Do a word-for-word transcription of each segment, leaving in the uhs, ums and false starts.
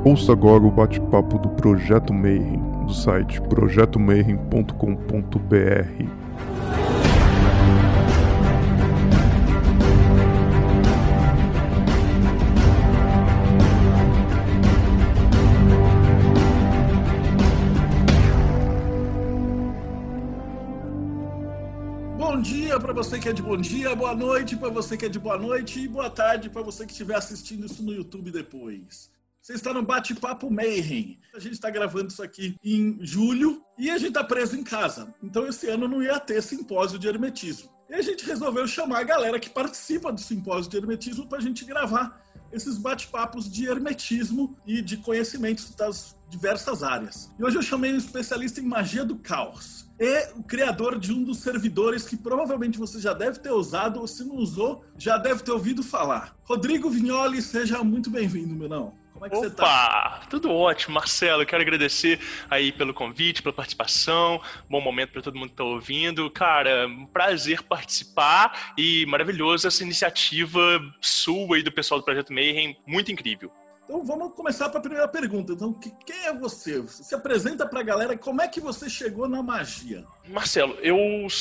Ouça agora o bate-papo do Projeto Mayhem, do site projeto mayhem ponto com ponto b r. Bom dia para você que é de bom dia, boa noite para você que é de boa noite e boa tarde para você que estiver assistindo isso no YouTube depois. Você está no Bate-Papo Mayhem. A gente está gravando isso aqui em julho e a gente está preso em casa. Então esse ano não ia ter simpósio de hermetismo. E a gente resolveu chamar a galera que participa do simpósio de hermetismo para a gente gravar esses bate-papos de hermetismo e de conhecimentos das diversas áreas. E hoje eu chamei um especialista em magia do caos. E o criador de um dos servidores que provavelmente você já deve ter usado, ou se não usou, já deve ter ouvido falar. Rodrigo Vignoli, seja muito bem-vindo, meu não. Como é que Opa, você tá? Tudo ótimo, Marcelo. Eu quero agradecer aí pelo convite, pela participação. Bom momento para todo mundo que está ouvindo. Cara, um prazer participar e maravilhoso essa iniciativa sua e do pessoal do Projeto Mayhem. Muito incrível. Então vamos começar para a primeira pergunta. Então, quem é você? Você se apresenta para a galera. Como é que você chegou na magia? Marcelo, eu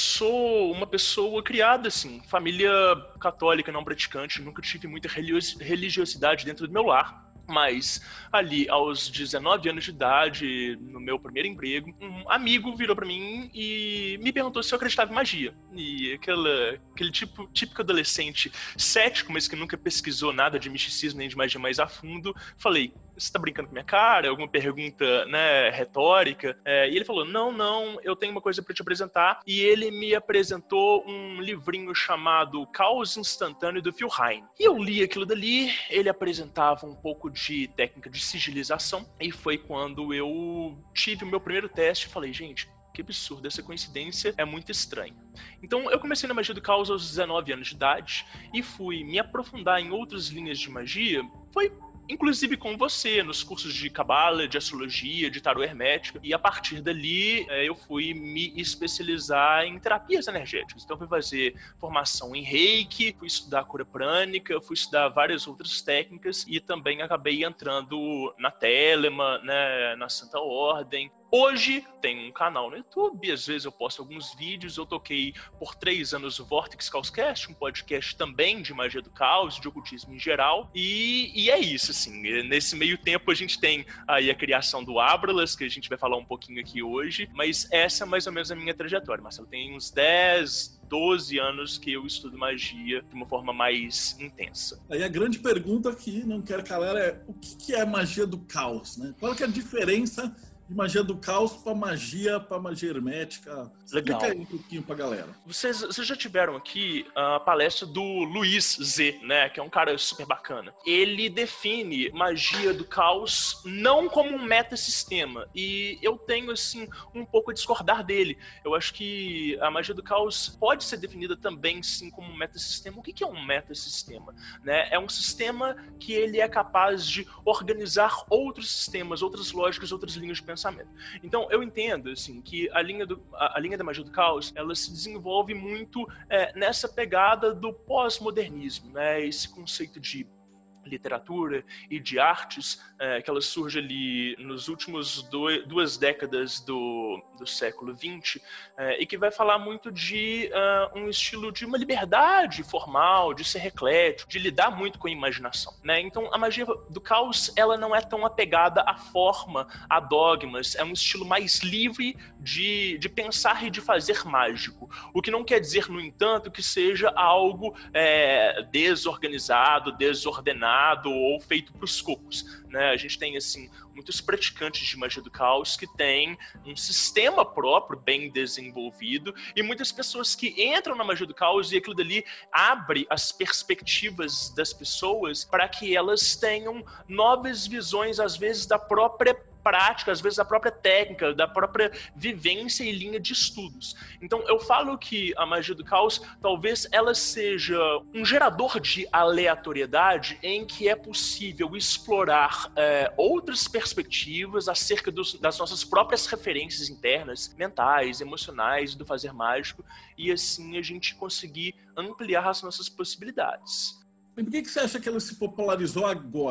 sou uma pessoa criada assim, família católica não praticante. Nunca tive muita religiosidade dentro do meu lar. Mas ali aos dezenove anos de idade, no meu primeiro emprego, um amigo virou pra mim e me perguntou se eu acreditava em magia. E aquela, aquele tipo, típico adolescente cético, mas que nunca pesquisou nada de misticismo nem de magia mais a fundo, falei: você tá brincando com a minha cara? Alguma pergunta, né, retórica? É, e ele falou: não, não, eu tenho uma coisa pra te apresentar. E ele me apresentou um livrinho chamado Caos Instantâneo do Phil Hine. E eu li aquilo dali, ele apresentava um pouco de técnica de sigilização, e foi quando eu tive o meu primeiro teste e falei: gente, que absurdo, essa coincidência é muito estranha. Então eu comecei na magia do caos aos dezenove anos de idade e fui me aprofundar em outras linhas de magia. Foi inclusive com você, nos cursos de cabala, de astrologia, de tarô hermética, e a partir dali eu fui me especializar em terapias energéticas. Então eu fui fazer formação em reiki, fui estudar cura prânica, fui estudar várias outras técnicas e também acabei entrando na Telema, né, na Santa Ordem. Hoje tem um canal no YouTube, às vezes eu posto alguns vídeos. Eu toquei por três anos o Vortex Caoscast, um podcast também de magia do caos, de ocultismo em geral, e, e é isso, assim. Nesse meio tempo a gente tem aí a criação do Abralas, que a gente vai falar um pouquinho aqui hoje, mas essa é mais ou menos a minha trajetória, Marcelo. Tem uns dez, doze anos que eu estudo magia de uma forma mais intensa. Aí a grande pergunta que não quero calar é: o que é magia do caos, né? Qual que é a diferença de magia do caos para magia, para magia hermética? Legal. Explica aí um pouquinho pra galera. Vocês, vocês já tiveram aqui a palestra do Luiz Z, né? Que é um cara super bacana. Ele define magia do caos não como um metasistema. E eu tenho, assim, um pouco a discordar dele. Eu acho que a magia do caos pode ser definida também, sim, como um metasistema. O que é um metasistema? Né? É um sistema que ele é capaz de organizar outros sistemas, outras lógicas, outras linhas de pensamento. Então, eu entendo, assim, que a linha, do, a, a linha da magia do caos, ela se desenvolve muito é, nessa pegada do pós-modernismo, né? Esse conceito de literatura e de artes, é, que ela surge ali nos últimos do, duas décadas do, do século vinte, é, e que vai falar muito de uh, um estilo de uma liberdade formal, de ser eclético, de lidar muito com a imaginação, né? Então a magia do caos, ela não é tão apegada à forma, a dogmas, é um estilo mais livre de, de pensar e de fazer mágico, o que não quer dizer, no entanto, que seja algo é, desorganizado, desordenado ou feito para os cocos, né? A gente tem, assim, muitos praticantes de magia do caos que têm um sistema próprio bem desenvolvido, e muitas pessoas que entram na magia do caos e aquilo dali abre as perspectivas das pessoas para que elas tenham novas visões, às vezes, da própria prática, às vezes da própria técnica, da própria vivência e linha de estudos. Então eu falo que a magia do caos, talvez ela seja um gerador de aleatoriedade em que é possível explorar é, outras perspectivas acerca dos, das nossas próprias referências internas, mentais, emocionais, do fazer mágico, e assim a gente conseguir ampliar as nossas possibilidades. E por que que você acha que ela se popularizou agora?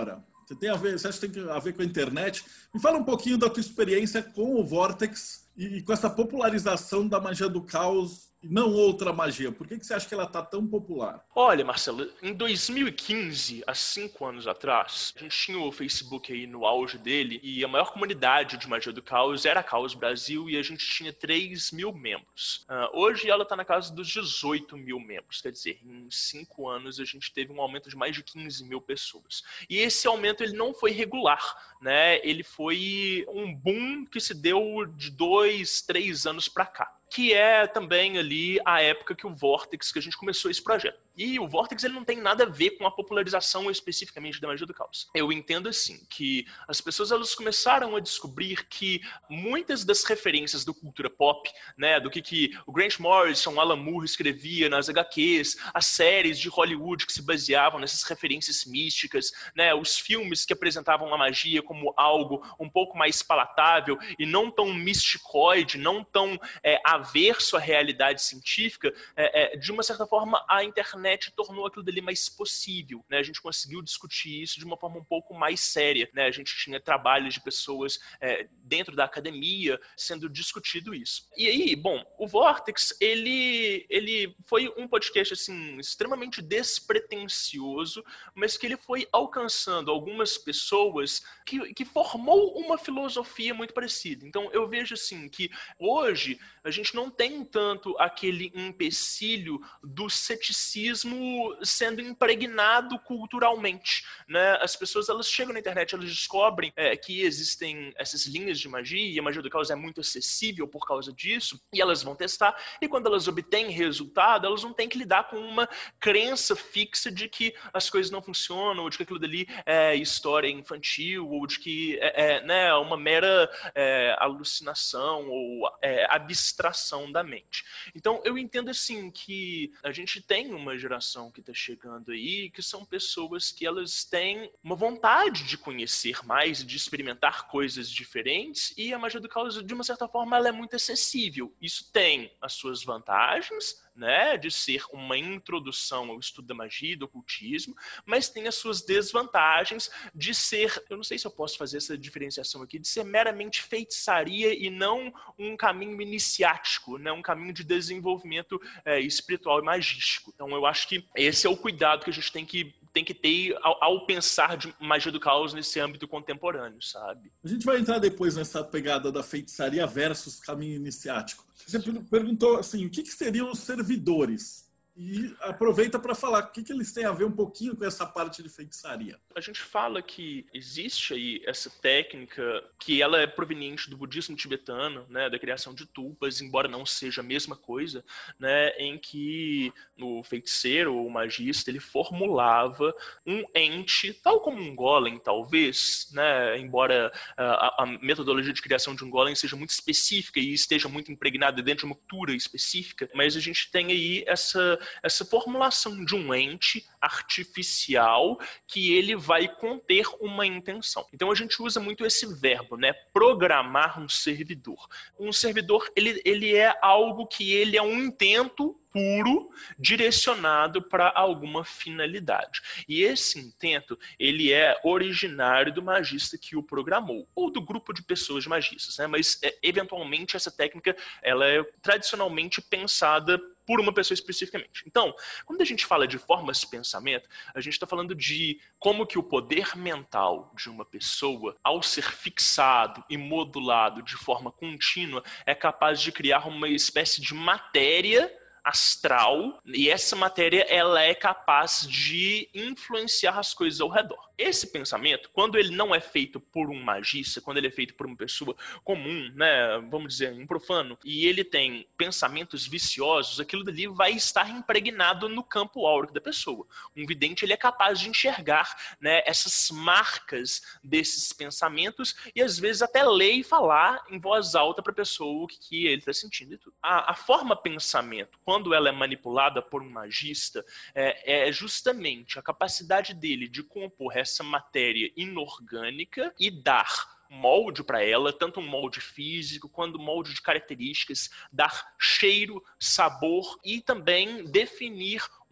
Você, tem a ver, você acha que tem a ver com a internet? Me fala um pouquinho da tua experiência com o Vortex e, e com essa popularização da magia do caos e não outra magia. Por que, que você acha que ela está tão popular? Olha, Marcelo, em dois mil e quinze, há cinco anos atrás, a gente tinha o Facebook aí no auge dele e a maior comunidade de magia do caos era a Caos Brasil e a gente tinha três mil membros. Uh, hoje ela está na casa dos dezoito mil membros, quer dizer, em cinco anos a gente teve um aumento de mais de quinze mil pessoas. E esse aumento ele não foi regular, né? Ele foi um boom que se deu de dois, três anos para cá, que é também ali a época que o Vortex, que a gente começou esse projeto. E o Vortex ele não tem nada a ver com a popularização especificamente da magia do caos. Eu entendo assim, que as pessoas elas começaram a descobrir que muitas das referências da cultura pop, né, do que, que o Grant Morrison, Alan Moore escrevia nas agá quês, as séries de Hollywood que se baseavam nessas referências místicas, né, os filmes que apresentavam a magia como algo um pouco mais palatável e não tão misticoide, não tão é, averso à realidade científica, é, é, de uma certa forma a internet tornou aquilo dali mais possível, né? A gente conseguiu discutir isso de uma forma um pouco mais séria, né? A gente tinha trabalhos de pessoas é, dentro da academia sendo discutido isso. E aí, bom, o Vortex, ele, ele foi um podcast, assim, extremamente despretensioso, mas que ele foi alcançando algumas pessoas que, que formou uma filosofia muito parecida. Então, eu vejo, assim, que hoje a gente não tem tanto aquele empecilho do ceticismo sendo impregnado culturalmente, né? As pessoas elas chegam na internet, elas descobrem é, que existem essas linhas de magia e a magia do caos é muito acessível por causa disso e elas vão testar e quando elas obtêm resultado, elas não têm que lidar com uma crença fixa de que as coisas não funcionam ou de que aquilo dali é história infantil ou de que é, é né, uma mera é, alucinação ou é, abstração da mente. Então eu entendo assim que a gente tem uma geração que está chegando aí, que são pessoas que elas têm uma vontade de conhecer mais, de experimentar coisas diferentes, e a magia do caos, de uma certa forma, ela é muito acessível. Isso tem as suas vantagens, né, de ser uma introdução ao estudo da magia e do ocultismo, mas tem as suas desvantagens de ser, eu não sei se eu posso fazer essa diferenciação aqui, de ser meramente feitiçaria e não um caminho iniciático, né, um caminho de desenvolvimento é, espiritual e magístico. Então eu acho que esse é o cuidado que a gente tem que tem que ter ao, ao pensar de magia do caos nesse âmbito contemporâneo, sabe? A gente vai entrar depois nessa pegada da feitiçaria versus caminho iniciático. Você perguntou assim, o que, que seriam os servidores? E aproveita para falar o que, que eles têm a ver um pouquinho com essa parte de feitiçaria. A gente fala que existe aí essa técnica que ela é proveniente do budismo tibetano, né, da criação de tulpas, embora não seja a mesma coisa, né, em que o feiticeiro ou o magista ele formulava um ente, tal como um golem talvez, né, embora a, a metodologia de criação de um golem seja muito específica e esteja muito impregnada dentro de uma cultura específica, mas a gente tem aí essa essa formulação de um ente artificial que ele vai conter uma intenção. Então a gente usa muito esse verbo, né? Programar um servidor. Um servidor, ele, ele é algo que ele é um intento puro, direcionado para alguma finalidade. E esse intento, ele é originário do magista que o programou, ou do grupo de pessoas magistas, né? Mas, é, eventualmente, essa técnica, ela é tradicionalmente pensada por uma pessoa especificamente. Então, quando a gente fala de formas de pensamento, a gente está falando de como que o poder mental de uma pessoa, ao ser fixado e modulado de forma contínua, é capaz de criar uma espécie de matéria astral, e essa matéria ela é capaz de influenciar as coisas ao redor. Esse pensamento, quando ele não é feito por um magista, quando ele é feito por uma pessoa comum, né, vamos dizer, um profano, e ele tem pensamentos viciosos, aquilo dali vai estar impregnado no campo áurico da pessoa. Um vidente ele é capaz de enxergar, né, essas marcas desses pensamentos e às vezes até ler e falar em voz alta para a pessoa o que, que ele está sentindo e tudo. A, a forma pensamento, quando ela é manipulada por um magista, é, é justamente a capacidade dele de compor essa matéria inorgânica e dar molde para ela, tanto um molde físico quanto um molde de características, dar cheiro, sabor e também definir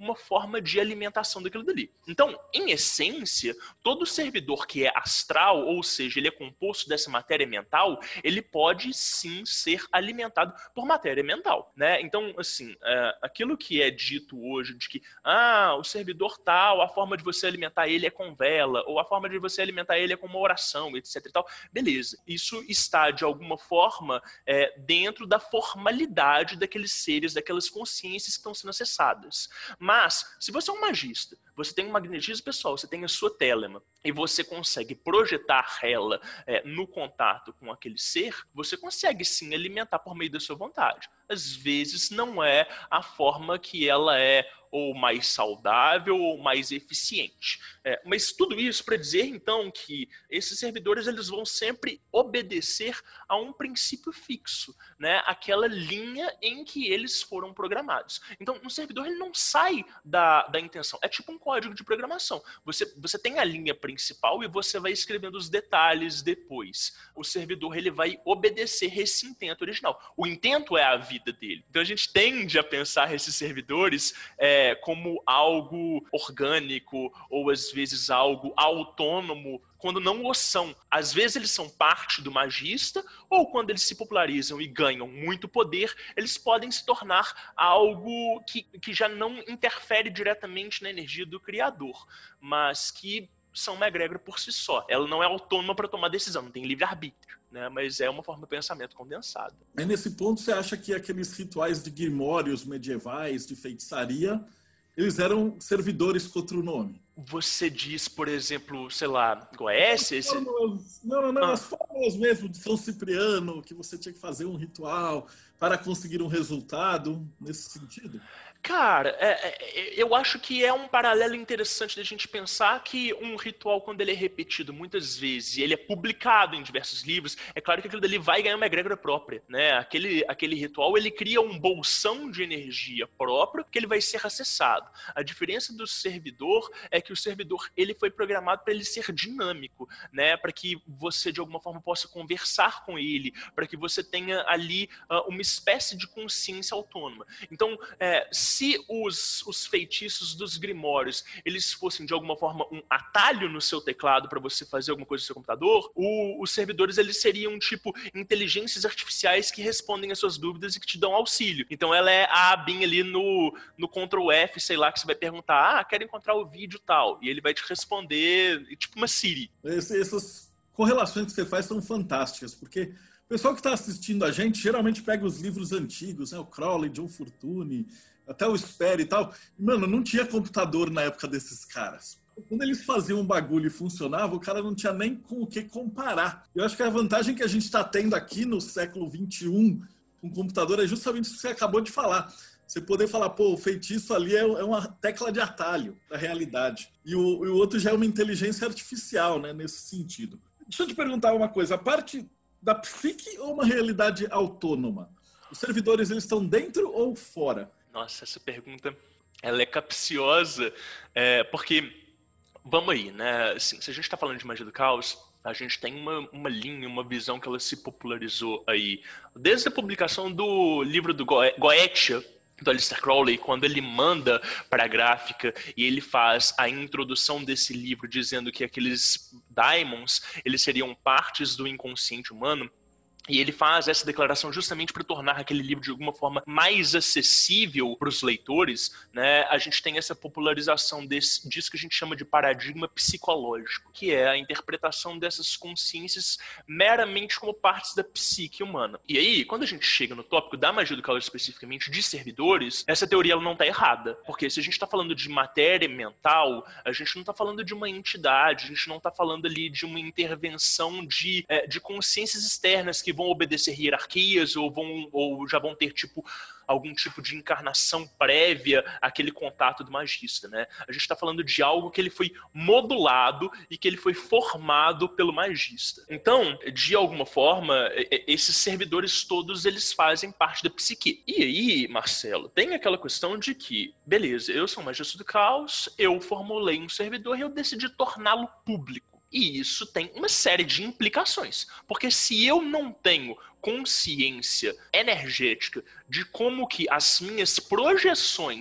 uma forma de alimentação daquilo dali. Então, em essência, todo servidor que é astral, ou seja, ele é composto dessa matéria mental, ele pode sim ser alimentado por matéria mental, né? Então, assim, é, aquilo que é dito hoje de que, ah, o servidor tal, a forma de você alimentar ele é com vela, ou a forma de você alimentar ele é com uma oração, etc e tal, beleza. Isso está, de alguma forma, é, dentro da formalidade daqueles seres, daquelas consciências que estão sendo acessadas. Mas, se você é um magista, você tem um magnetismo pessoal, você tem a sua télema, e você consegue projetar ela é, no contato com aquele ser, você consegue sim alimentar por meio da sua vontade. Às vezes não é a forma que ela é ou mais saudável ou mais eficiente. É, mas tudo isso para dizer, então, que esses servidores eles vão sempre obedecer a um princípio fixo, né? Aquela linha em que eles foram programados. Então, um servidor ele não sai da, da intenção. É tipo um código de programação. Você, você tem a linha principal e você vai escrevendo os detalhes depois. O servidor ele vai obedecer esse intento original. O intento é a vida dele. Então, a gente tende a pensar esses servidores é, como algo orgânico ou às vezes algo autônomo, quando não o são. Às vezes eles são parte do magista, ou quando eles se popularizam e ganham muito poder, eles podem se tornar algo que, que já não interfere diretamente na energia do criador, mas que são uma egrégora por si só. Ela não é autônoma para tomar decisão, não tem livre-arbítrio, né? Mas é uma forma de pensamento condensada. Aí nesse ponto você acha que aqueles rituais de grimórios medievais, de feitiçaria, eles eram servidores com outro nome? Você diz, por exemplo, sei lá, Goécia? Esse... Não, não, não, ah. as fórmulas mesmo de São Cipriano, que você tinha que fazer um ritual para conseguir um resultado, nesse sentido? Cara, é, é, eu acho que é um paralelo interessante da gente pensar que um ritual, quando ele é repetido muitas vezes e ele é publicado em diversos livros, é claro que aquilo dali vai ganhar uma egrégora própria, né? Aquele, aquele ritual, ele cria um bolsão de energia próprio que ele vai ser acessado. A diferença do servidor é que o servidor, ele foi programado para ele ser dinâmico, né? Para que você, de alguma forma, possa conversar com ele, para que você tenha ali uh, uma espécie de consciência autônoma. Então, é, se os, os feitiços dos grimórios eles fossem de alguma forma um atalho no seu teclado para você fazer alguma coisa no seu computador, o, os servidores eles seriam tipo inteligências artificiais que respondem às suas dúvidas e que te dão auxílio. Então ela é a abinha ali no, no control F, sei lá, que você vai perguntar, ah, quero encontrar o vídeo tal, e ele vai te responder tipo uma Siri. Esse, essas correlações que você faz são fantásticas, porque o pessoal que está assistindo a gente geralmente pega os livros antigos, né? O Crowley, John Fortune, até o Sperry e tal. Mano, não tinha computador na época desses caras. Quando eles faziam um bagulho e funcionava, o cara não tinha nem com o que comparar. Eu acho que a vantagem que a gente está tendo aqui no século vinte e um com o computador é justamente isso que você acabou de falar. Você poder falar, pô, o feitiço ali é uma tecla de atalho da realidade. E o, e o outro já é uma inteligência artificial, né, nesse sentido. Deixa eu te perguntar uma coisa. A parte da psique ou uma realidade autônoma? Os servidores, eles estão dentro ou fora? Nossa, essa pergunta, ela é capciosa, é, porque, vamos aí, né, assim, se a gente está falando de magia do caos, a gente tem uma, uma linha, uma visão que ela se popularizou aí, desde a publicação do livro do Goe- Goetia, do Aleister Crowley, quando ele manda para a gráfica e ele faz a introdução desse livro dizendo que aqueles daimons, eles seriam partes do inconsciente humano. E ele faz essa declaração justamente para tornar aquele livro de alguma forma mais acessível para os leitores, né? A gente tem essa popularização desse, disso que a gente chama de paradigma psicológico, que é a interpretação dessas consciências meramente como partes da psique humana. E aí, quando a gente chega no tópico da magia do caos especificamente de servidores, essa teoria ela não está errada, porque se a gente está falando de matéria mental, a gente não está falando de uma entidade, a gente não está falando ali de uma intervenção de, é, de consciências externas que vão obedecer hierarquias ou, vão, ou já vão ter tipo algum tipo de encarnação prévia àquele contato do magista, né? A gente está falando de algo que ele foi modulado e que ele foi formado pelo magista. Então, de alguma forma, esses servidores todos, eles fazem parte da psique. E aí, Marcelo, tem aquela questão de que, beleza, eu sou um magista do caos, eu formulei um servidor e eu decidi torná-lo público. E isso tem uma série de implicações, porque se eu não tenho consciência energética de como que as minhas projeções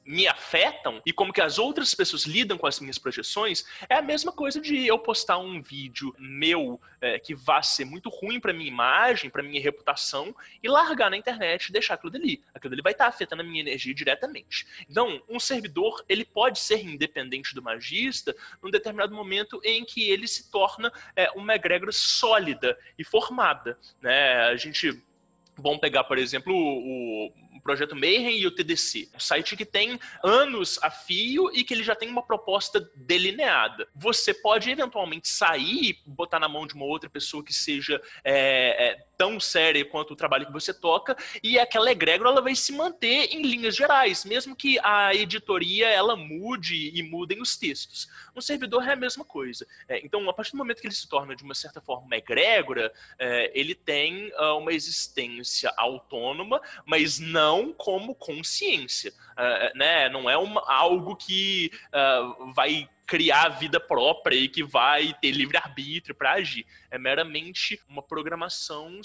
me afetam e como que as outras pessoas lidam com as minhas projeções, é a mesma coisa de eu postar um vídeo meu é, que vá ser muito ruim para minha imagem, para minha reputação, e largar na internet e deixar aquilo dali. Aquilo dali vai estar afetando a minha energia diretamente. Então, um servidor, ele pode ser independente do magista num determinado momento em que ele se torna é, uma egrégora sólida e formada, né? A gente... Bom pegar, por exemplo, o, o Projeto Mayhem e o T D C. Um site que tem anos a fio e que ele já tem uma proposta delineada. Você pode, eventualmente, sair e botar na mão de uma outra pessoa que seja é, é, tão séria quanto o trabalho que você toca, e aquela egrégora ela vai se manter em linhas gerais, mesmo que a editoria ela mude e mudem os textos. Um servidor é a mesma coisa. É, então, a partir do momento que ele se torna, de uma certa forma, uma egrégora, é, ele tem uh, uma existência autônoma, mas não como consciência. Uh, né? Não é uma, algo que uh, vai criar vida própria e que vai ter livre-arbítrio para agir. É meramente uma programação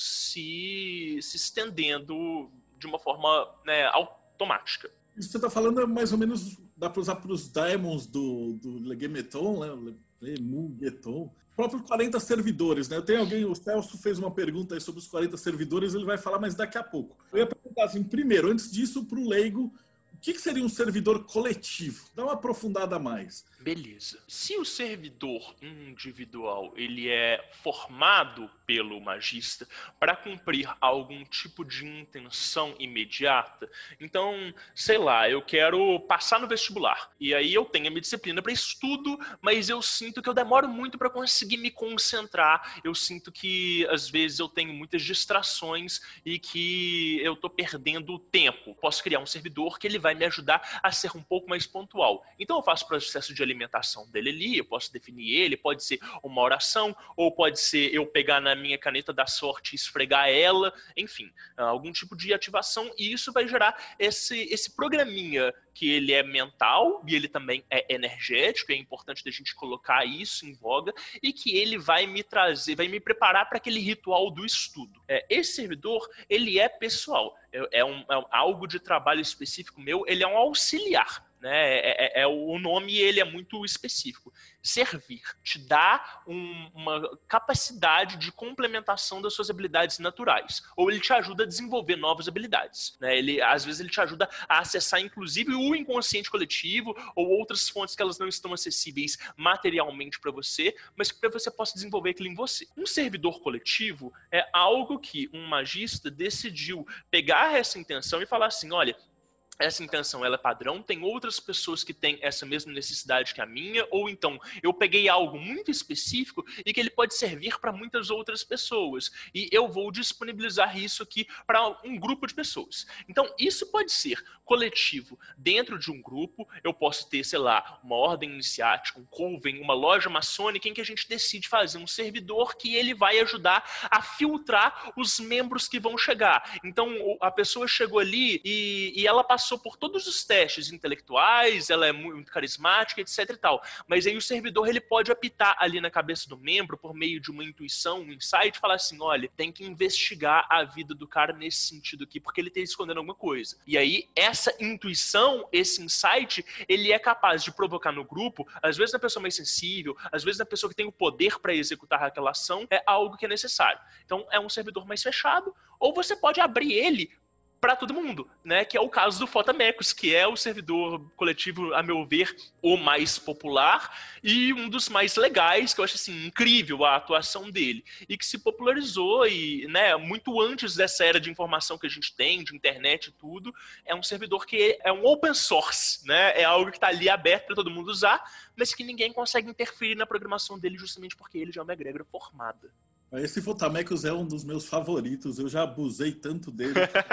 se, se estendendo de uma forma, né, automática. Isso que você está falando é mais ou menos, dá para usar para os daemons do, do Legemeton, né? Lemugeton. O próprio quarenta servidores, né? Tem alguém, o Celso fez uma pergunta aí sobre os quarenta servidores, ele vai falar mais daqui a pouco. Eu ia perguntar assim, primeiro, antes disso, para o leigo, o que seria um servidor coletivo? Dá uma aprofundada a mais. Beleza. Se o servidor individual ele é formado pelo magista para cumprir algum tipo de intenção imediata, então, sei lá, eu quero passar no vestibular. E aí eu tenho a minha disciplina para estudo, mas eu sinto que eu demoro muito para conseguir me concentrar. Eu sinto que, às vezes, eu tenho muitas distrações e que eu estou perdendo tempo. Posso criar um servidor que ele vai me ajudar a ser um pouco mais pontual. Então eu faço o processo de alimentação dele ali, eu posso definir ele, pode ser uma oração, ou pode ser eu pegar na minha caneta da sorte e esfregar ela, enfim, algum tipo de ativação, e isso vai gerar esse, esse programinha que ele é mental e ele também é energético, é importante da gente colocar isso em voga, e que ele vai me trazer, vai me preparar para aquele ritual do estudo. É, esse servidor, ele é pessoal, é, é, um, é algo de trabalho específico meu, ele é um auxiliar. Né? É, é, é, o nome ele é muito específico. Servir te dá um, uma capacidade de complementação das suas habilidades naturais, ou ele te ajuda a desenvolver novas habilidades. Né? Ele, às vezes ele te ajuda a acessar inclusive o inconsciente coletivo ou outras fontes que elas não estão acessíveis materialmente para você, mas que para você possa desenvolver aquilo em você. Um servidor coletivo é algo que um magista decidiu pegar essa intenção e falar assim, olha, essa intenção ela é padrão, tem outras pessoas que têm essa mesma necessidade que a minha, ou então eu peguei algo muito específico e que ele pode servir para muitas outras pessoas, e eu vou disponibilizar isso aqui para um grupo de pessoas. Então isso pode ser coletivo dentro de um grupo, eu posso ter, sei lá, uma ordem iniciática, um coven, uma loja maçônica em que a gente decide fazer um servidor que ele vai ajudar a filtrar os membros que vão chegar. Então a pessoa chegou ali e, e ela passou passou por todos os testes intelectuais, ela é muito carismática, etc e tal. Mas aí o servidor ele pode apitar ali na cabeça do membro por meio de uma intuição, um insight, falar assim, olha, tem que investigar a vida do cara nesse sentido aqui, porque ele está escondendo alguma coisa. E aí essa intuição, esse insight, ele é capaz de provocar no grupo, às vezes na pessoa mais sensível, às vezes na pessoa que tem o poder para executar aquela ação, é algo que é necessário. Então é um servidor mais fechado, ou você pode abrir ele para todo mundo, né? Que é o caso do Fotamecos, que é o servidor coletivo, a meu ver, o mais popular e um dos mais legais, que eu acho assim, incrível a atuação dele, e que se popularizou e, né, muito antes dessa era de informação que a gente tem, de internet e tudo. É um servidor que é um open source, né? É algo que está ali aberto para todo mundo usar, mas que ninguém consegue interferir na programação dele justamente porque ele já é uma egrégora formada. Esse Fotamecos é um dos meus favoritos, eu já abusei tanto dele.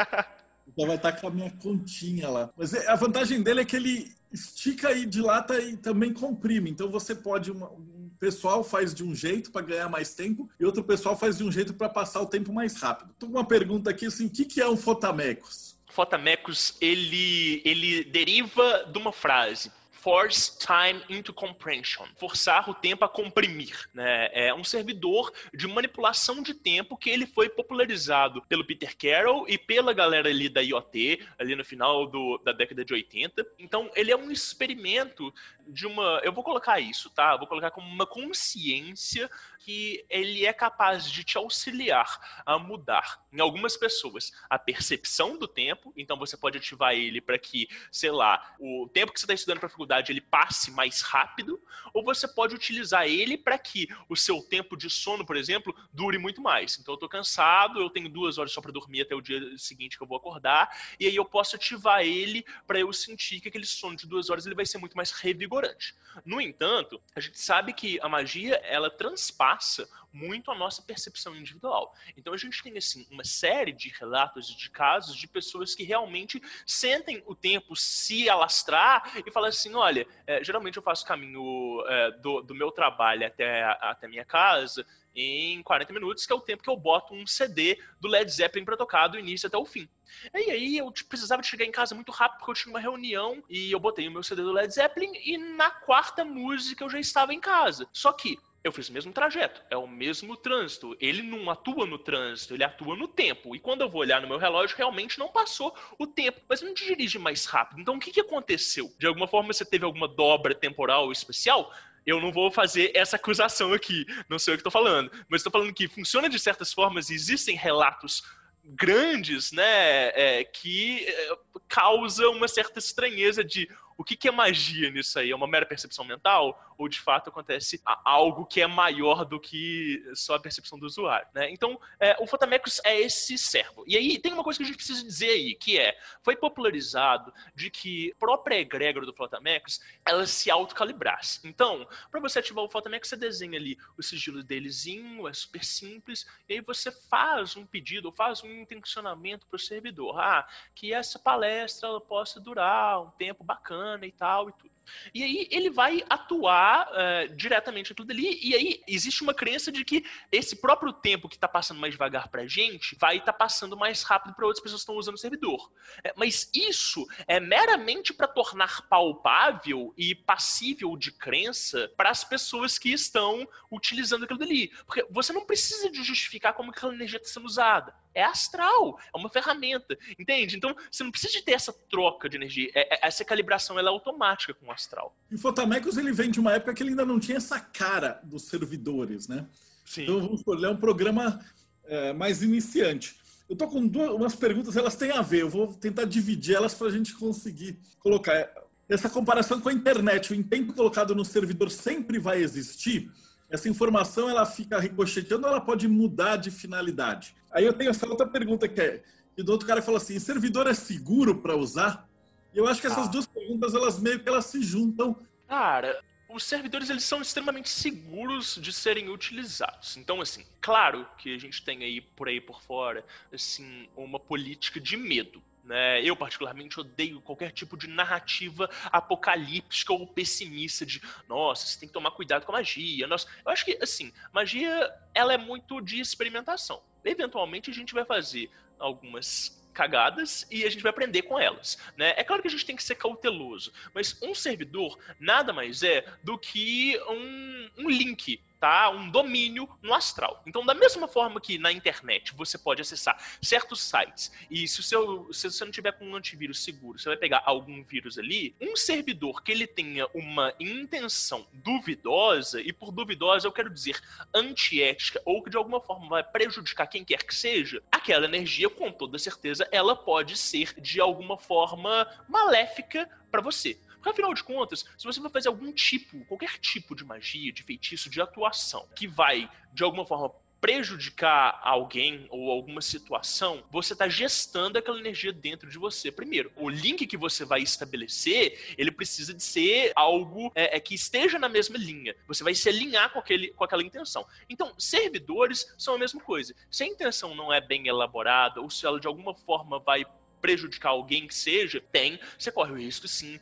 Já vai estar com a minha continha lá. Mas a vantagem dele é que ele estica e dilata e também comprime. Então você pode, uma, um pessoal faz de um jeito para ganhar mais tempo e outro pessoal faz de um jeito para passar o tempo mais rápido. Estou com uma pergunta aqui assim, o que, que é um Fotamecos? Fotamecos, ele, ele deriva de uma frase. force time into compression, forçar o tempo a comprimir, né? É um servidor de manipulação de tempo que ele foi popularizado pelo Peter Carroll e pela galera ali da I O T, ali no final do, da década de oitenta. Então, ele é um experimento de uma... Eu vou colocar isso, tá? Eu vou colocar como uma consciência que ele é capaz de te auxiliar a mudar, em algumas pessoas, a percepção do tempo. Então, você pode ativar ele para que, sei lá, o tempo que você está estudando para a faculdade, ele passe mais rápido, ou você pode utilizar ele para que o seu tempo de sono, por exemplo, dure muito mais. Então, eu estou cansado, eu tenho duas horas só para dormir até o dia seguinte que eu vou acordar, e aí eu posso ativar ele para eu sentir que aquele sono de duas horas ele vai ser muito mais revigorante. No entanto, a gente sabe que a magia, ela transpassa muito a nossa percepção individual. Então a gente tem assim uma série de relatos e de casos de pessoas que realmente sentem o tempo se alastrar e falam assim, olha, é, geralmente eu faço o caminho é, do, do meu trabalho até, até minha casa em quarenta minutos, que é o tempo que eu boto um C D do Led Zeppelin para tocar do início até o fim. E aí eu precisava de chegar em casa muito rápido porque eu tinha uma reunião e eu botei o meu C D do Led Zeppelin e na quarta música eu já estava em casa. Só que eu fiz o mesmo trajeto, é o mesmo trânsito. Ele não atua no trânsito, ele atua no tempo. E quando eu vou olhar no meu relógio, realmente não passou o tempo. Mas eu não dirige mais rápido. Então o que, que aconteceu? De alguma forma você teve alguma dobra temporal especial? Eu não vou fazer essa acusação aqui, não sei o que estou falando. Mas estou falando que funciona de certas formas e existem relatos grandes, né, é, que é, causa uma certa estranheza de o que, que é magia nisso aí? É uma mera percepção mental? Ou de fato acontece algo que é maior do que só a percepção do usuário, né? Então, é, o Photamecos é esse servo. E aí tem uma coisa que a gente precisa dizer aí, que é, foi popularizado de que a própria egrégora do Photamecos, ela se autocalibrasse. Então, para você ativar o Photamecos, você desenha ali o sigilo delezinho, é super simples, e aí você faz um pedido, ou faz um intencionamento para o servidor. Ah, que essa palestra ela possa durar um tempo bacana, e tal e tudo. E aí ele vai atuar uh, diretamente aquilo dali, e aí existe uma crença de que esse próprio tempo que está passando mais devagar pra gente vai estar tá passando mais rápido para outras pessoas que estão usando o servidor. É, mas isso é meramente para tornar palpável e passível de crença para as pessoas que estão utilizando aquilo dali. Porque você não precisa de justificar como aquela energia está sendo usada. É astral, é uma ferramenta, entende? Então, você não precisa de ter essa troca de energia. É, é, essa calibração ela é automática com o astral. E o Photamecos, ele vem de uma época que ele ainda não tinha essa cara dos servidores, né? Sim. Então, vamos supor, ele é um programa é, mais iniciante. Eu tô com duas umas perguntas, elas têm a ver. Eu vou tentar dividir elas para a gente conseguir colocar. Essa comparação com a internet, o tempo colocado no servidor sempre vai existir? Essa informação ela fica ricocheteando ou ela pode mudar de finalidade? Aí eu tenho essa outra pergunta que é, e do outro cara fala assim, servidor é seguro para usar? E eu acho que essas ah. duas perguntas, elas meio que elas se juntam. Cara, os servidores eles são extremamente seguros de serem utilizados. Então, assim, claro que a gente tem aí por aí por fora, assim, uma política de medo. Né? Eu, particularmente, odeio qualquer tipo de narrativa apocalíptica ou pessimista de nossa, você tem que tomar cuidado com a magia. Nossa, eu acho que, assim, magia ela é muito de experimentação. Eventualmente, a gente vai fazer algumas cagadas e a gente vai aprender com elas, né? É claro que a gente tem que ser cauteloso, mas um servidor nada mais é do que um, um link, tá? Um domínio no astral. Então, da mesma forma que na internet você pode acessar certos sites e se, o seu, se você não tiver com um antivírus seguro, você vai pegar algum vírus ali, um servidor que ele tenha uma intenção duvidosa, e por duvidosa eu quero dizer antiética, ou que de alguma forma vai prejudicar quem quer que seja, aquela energia, com toda certeza, ela pode ser de alguma forma maléfica para você. Porque, afinal de contas, se você vai fazer algum tipo, qualquer tipo de magia, de feitiço, de atuação, que vai, de alguma forma, prejudicar alguém ou alguma situação, você está gestando aquela energia dentro de você. Primeiro, o link que você vai estabelecer, ele precisa de ser algo é, é, que esteja na mesma linha. Você vai se alinhar com, aquele, com aquela intenção. Então, servidores são a mesma coisa. Se a intenção não é bem elaborada, ou se ela de alguma forma vai prejudicar alguém que seja, tem, você corre o risco, sim,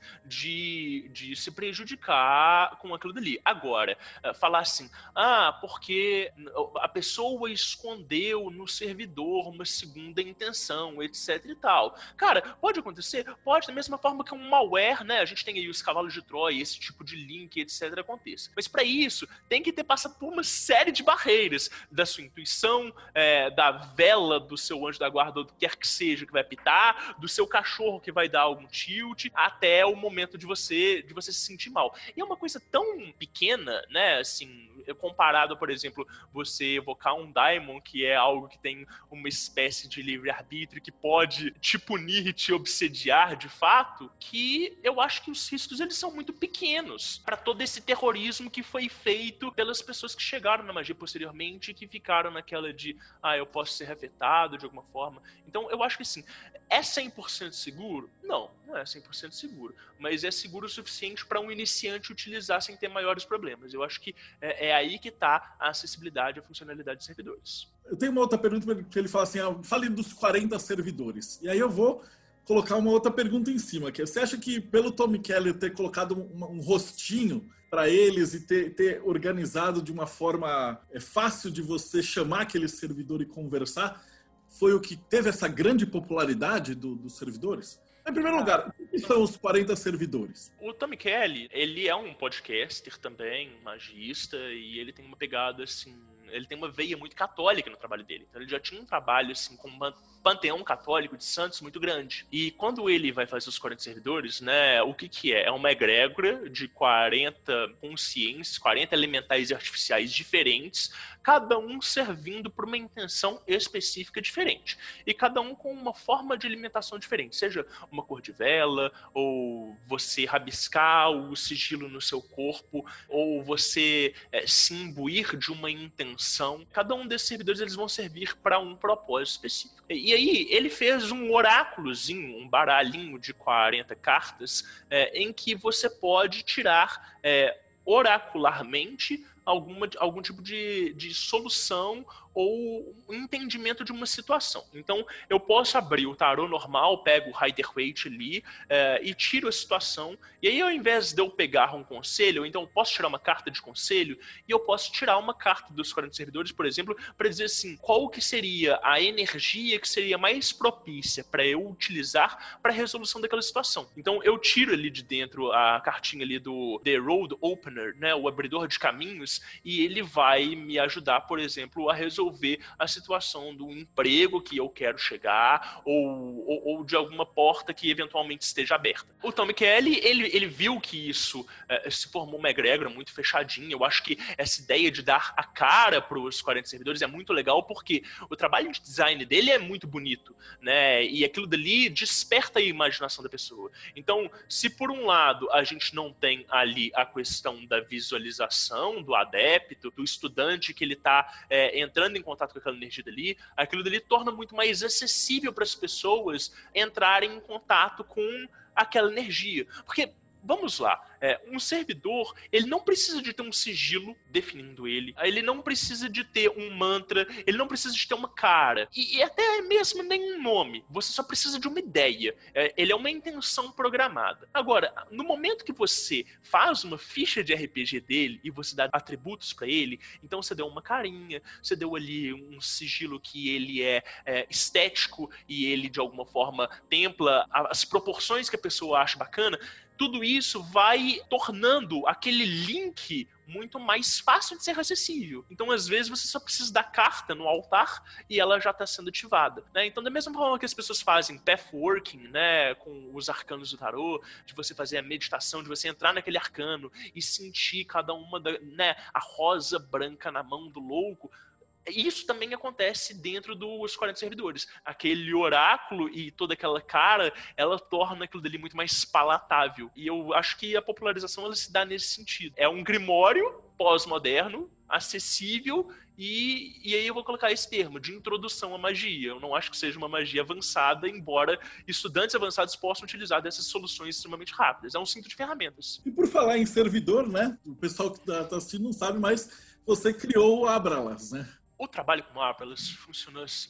de, de se prejudicar com aquilo dali. Agora, falar assim, ah, porque a pessoa escondeu no servidor uma segunda intenção, etc e tal. Cara, pode acontecer? Pode, da mesma forma que um malware, né? A gente tem aí os cavalos de Troia, esse tipo de link, etc, aconteça. Mas para isso, tem que ter passado por uma série de barreiras da sua intuição, é, da vela do seu anjo da guarda, ou do que quer que seja que vai pitar, do seu cachorro que vai dar algum tilt, até o momento de você, de você se sentir mal. E é uma coisa tão pequena, né, assim, comparado, por exemplo, você evocar um daimon, que é algo que tem uma espécie de livre-arbítrio que pode te punir e te obsediar de fato, que eu acho que os riscos eles são muito pequenos para todo esse terrorismo que foi feito pelas pessoas que chegaram na magia posteriormente e que ficaram naquela de, ah, eu posso ser afetado de alguma forma. Então, eu acho que assim, é cem por cento seguro? Não, não é cem por cento seguro, mas é seguro o suficiente para um iniciante utilizar sem ter maiores problemas. Eu acho que é, é aí que está a acessibilidade e a funcionalidade de servidores. Eu tenho uma outra pergunta que ele fala assim, ah, fale dos quarenta servidores. E aí eu vou colocar uma outra pergunta em cima, que é, você acha que pelo Tom Kelly ter colocado um, um rostinho para eles e ter, ter organizado de uma forma é, fácil de você chamar aquele servidor e conversar, foi o que teve essa grande popularidade do, dos servidores? Em primeiro lugar, o que são os quarenta servidores? O Tom Kelly, ele é um podcaster também, magista, e ele tem uma pegada, assim, ele tem uma veia muito católica no trabalho dele. Então ele já tinha um trabalho, assim, com um panteão católico de santos muito grande. E quando ele vai fazer os quarenta servidores, né, o que que é? É uma egrégora de quarenta consciências, quarenta elementais artificiais diferentes, cada um servindo por uma intenção específica diferente. E cada um com uma forma de alimentação diferente, seja uma cor de vela, ou você rabiscar o sigilo no seu corpo, ou você é, se imbuir de uma intenção. Cada um desses servidores eles vão servir para um propósito específico. E aí ele fez um oráculozinho, um baralhinho de quarenta cartas, é, em que você pode tirar é, oracularmente alguma, algum tipo de, de solução ou um entendimento de uma situação. Então, eu posso abrir o tarô normal, pego o Rider-Waite ali é, e tiro a situação, e aí ao invés de eu pegar um conselho, então eu posso tirar uma carta de conselho e eu posso tirar uma carta dos quarenta servidores, por exemplo, para dizer assim, qual que seria a energia que seria mais propícia para eu utilizar para a resolução daquela situação. Então, eu tiro ali de dentro a cartinha ali do The Road Opener, né, o abridor de caminhos, e ele vai me ajudar, por exemplo, a resolver resolver a situação do emprego que eu quero chegar ou, ou, ou de alguma porta que eventualmente esteja aberta. O Tom Kelly, ele, ele viu que isso é, se formou uma egrégora muito fechadinha. Eu acho que essa ideia de dar a cara para os quarenta servidores é muito legal porque o trabalho de design dele é muito bonito, né? E aquilo dali desperta a imaginação da pessoa. Então, se por um lado a gente não tem ali a questão da visualização do adepto, do estudante que ele está é, entrando em contato com aquela energia dali, aquilo dali torna muito mais acessível para as pessoas entrarem em contato com aquela energia. Porque, vamos lá, é, um servidor, ele não precisa de ter um sigilo definindo ele, ele não precisa de ter um mantra, ele não precisa de ter uma cara, e, e até mesmo nem um nome, você só precisa de uma ideia, é, ele é uma intenção programada. Agora, no momento que você faz uma ficha de R P G dele e você dá atributos para ele, então você deu uma carinha, você deu ali um sigilo que ele é, é estético e ele de alguma forma templa as proporções que a pessoa acha bacana, tudo isso vai tornando aquele link muito mais fácil de ser acessível. Então, às vezes, você só precisa da carta no altar e ela já está sendo ativada, né? Então, da mesma forma que as pessoas fazem pathworking, né, com os arcanos do tarô, de você fazer a meditação, de você entrar naquele arcano e sentir cada uma, da, né, a rosa branca na mão do louco, isso também acontece dentro dos quarenta servidores. Aquele oráculo e toda aquela cara, ela torna aquilo dali muito mais palatável. E eu acho que a popularização ela se dá nesse sentido. É um grimório pós-moderno, acessível, e, e aí eu vou colocar esse termo, de introdução à magia. Eu não acho que seja uma magia avançada, embora estudantes avançados possam utilizar dessas soluções extremamente rápidas. É um cinto de ferramentas. E por falar em servidor, né? O pessoal que está assistindo não sabe, mas você criou o Abralas, né? O trabalho com Abralas funcionou assim,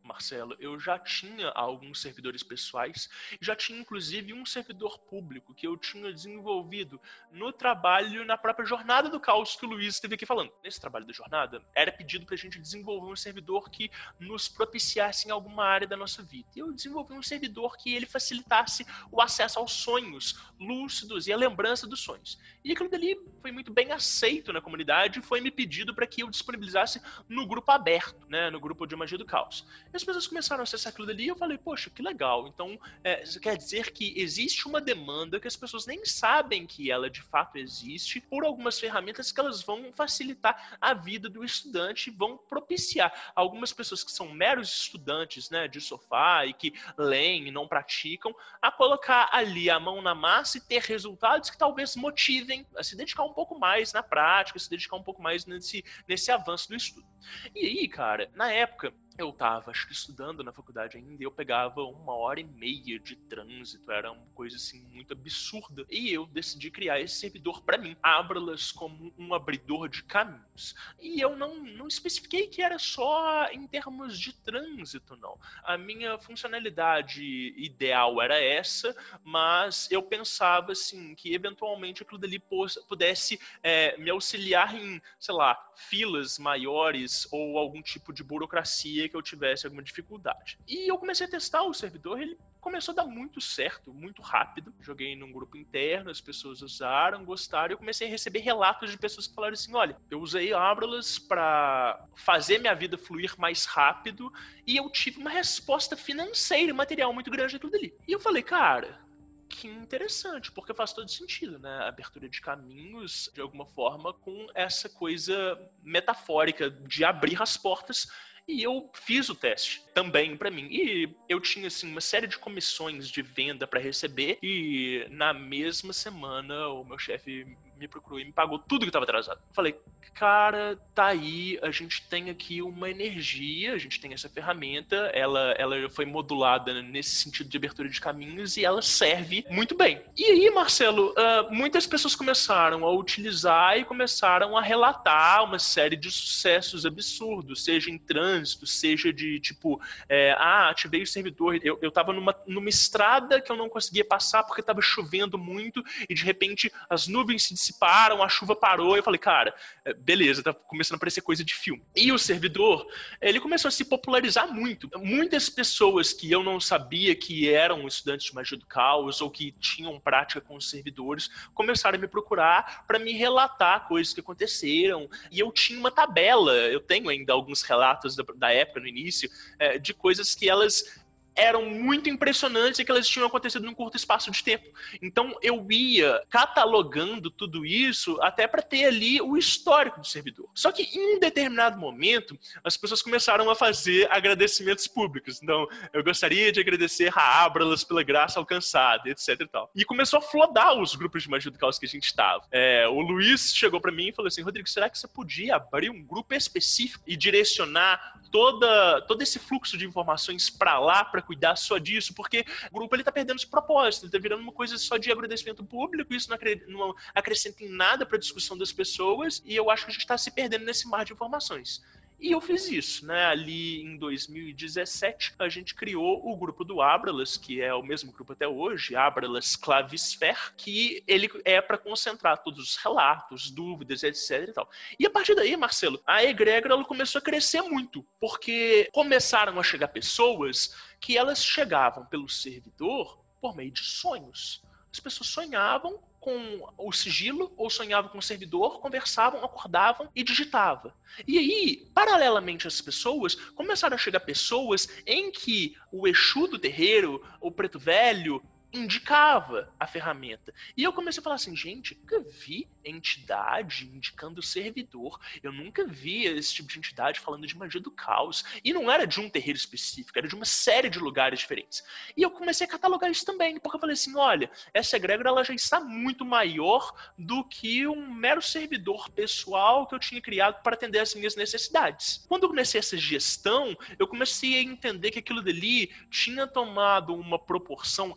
Marcelo, eu já tinha alguns servidores pessoais, já tinha inclusive um servidor público que eu tinha desenvolvido no trabalho, na própria jornada do caos que o Luiz esteve aqui falando. Nesse trabalho da jornada, era pedido pra gente desenvolver um servidor que nos propiciasse em alguma área da nossa vida. E eu desenvolvi um servidor que ele facilitasse o acesso aos sonhos lúcidos e a lembrança dos sonhos. E aquilo dali foi muito bem aceito na comunidade e foi me pedido para que eu disponibilizasse no grupo aberto, né, no grupo de Magia do Caos. E as pessoas começaram a acessar aquilo dali e eu falei, poxa, que legal. Então, é, isso quer dizer que existe uma demanda que as pessoas nem sabem que ela de fato existe por algumas ferramentas que elas vão facilitar a vida do estudante, vão propiciar algumas pessoas que são meros estudantes, né, de sofá e que leem e não praticam, a colocar ali a mão na massa e ter resultados que talvez motivem a se dedicar um pouco mais na prática, se dedicar um pouco mais nesse, nesse avanço do estudo. E aí, cara, na época, eu tava, acho que estudando na faculdade ainda, e eu pegava uma hora e meia de trânsito, era uma coisa assim muito absurda. E eu decidi criar esse servidor para mim, Abralas como um abridor de caminhos. E eu não, não especifiquei que era só em termos de trânsito, não. A minha funcionalidade ideal era essa, mas eu pensava assim, que eventualmente aquilo dali pudesse é, me auxiliar em, sei lá, filas maiores ou algum tipo de burocracia que eu tivesse alguma dificuldade. E eu comecei a testar o servidor, ele começou a dar muito certo, muito rápido. Joguei num grupo interno, as pessoas usaram, gostaram, e eu comecei a receber relatos de pessoas que falaram assim, olha, eu usei Abralas para fazer minha vida fluir mais rápido e eu tive uma resposta financeira e material muito grande daquilo dali. E eu falei, cara, que interessante, porque faz todo sentido, né? Abertura de caminhos, de alguma forma, com essa coisa metafórica de abrir as portas. E eu fiz o teste também para mim. E eu tinha, assim, uma série de comissões de venda para receber. E na mesma semana, o meu chefe me procurou e me pagou tudo que estava atrasado. Eu falei, cara, tá aí, a gente tem aqui uma energia, a gente tem essa ferramenta, ela, ela foi modulada nesse sentido de abertura de caminhos e ela serve muito bem. E aí, Marcelo, uh, muitas pessoas começaram a utilizar e começaram a relatar uma série de sucessos absurdos, seja em trânsito, seja de, tipo, é, ah, ativei o servidor, eu, eu tava numa, numa estrada que eu não conseguia passar porque tava chovendo muito e, de repente, as nuvens se dissiparam, a chuva parou, e eu falei, cara, beleza, tá começando a aparecer coisa de filme. E o servidor, ele começou a se popularizar muito. Muitas pessoas que eu não sabia que eram estudantes de Magia do Caos ou que tinham prática com os servidores, começaram a me procurar para me relatar coisas que aconteceram. E eu tinha uma tabela, eu tenho ainda alguns relatos da, da época, no início, é, de coisas que elas eram muito impressionantes e que elas tinham acontecido num curto espaço de tempo. Então eu ia catalogando tudo isso até para ter ali o histórico do servidor. Só que em um determinado momento as pessoas começaram a fazer agradecimentos públicos. Então eu gostaria de agradecer a Abralas pela graça alcançada, etc e tal. E começou a flodar os grupos de Magia do Caos que a gente estava. É, o Luiz chegou para mim e falou assim, Rodrigo, será que você podia abrir um grupo específico e direcionar toda, todo esse fluxo de informações para lá, para cuidar só disso, porque o grupo ele tá perdendo esse propósito, ele tá virando uma coisa só de agradecimento público, isso não, acre- não acrescenta em nada para a discussão das pessoas, e eu acho que a gente está se perdendo nesse mar de informações. E eu fiz isso, né? Ali em dois mil e dezessete, a gente criou o grupo do Abralas, que é o mesmo grupo até hoje, Abralas Clavisphere, que ele é para concentrar todos os relatos, dúvidas, etc e tal. E a partir daí, Marcelo, a egrégora ela começou a crescer muito, porque começaram a chegar pessoas que elas chegavam pelo servidor por meio de sonhos. As pessoas sonhavam com o sigilo, ou sonhavam com o servidor, conversavam, acordavam e digitavam. E aí, paralelamente a essas pessoas, começaram a chegar pessoas em que o Exu do terreiro, o Preto Velho, indicava a ferramenta. E eu comecei a falar assim, gente, eu nunca vi entidade indicando o servidor. Eu nunca vi esse tipo de entidade falando de magia do caos. E não era de um terreiro específico, era de uma série de lugares diferentes. E eu comecei a catalogar isso também, porque eu falei assim, olha, essa egrégora ela já está muito maior do que um mero servidor pessoal que eu tinha criado para atender as minhas necessidades. Quando eu comecei essa gestão, eu comecei a entender que aquilo dali tinha tomado uma proporção energética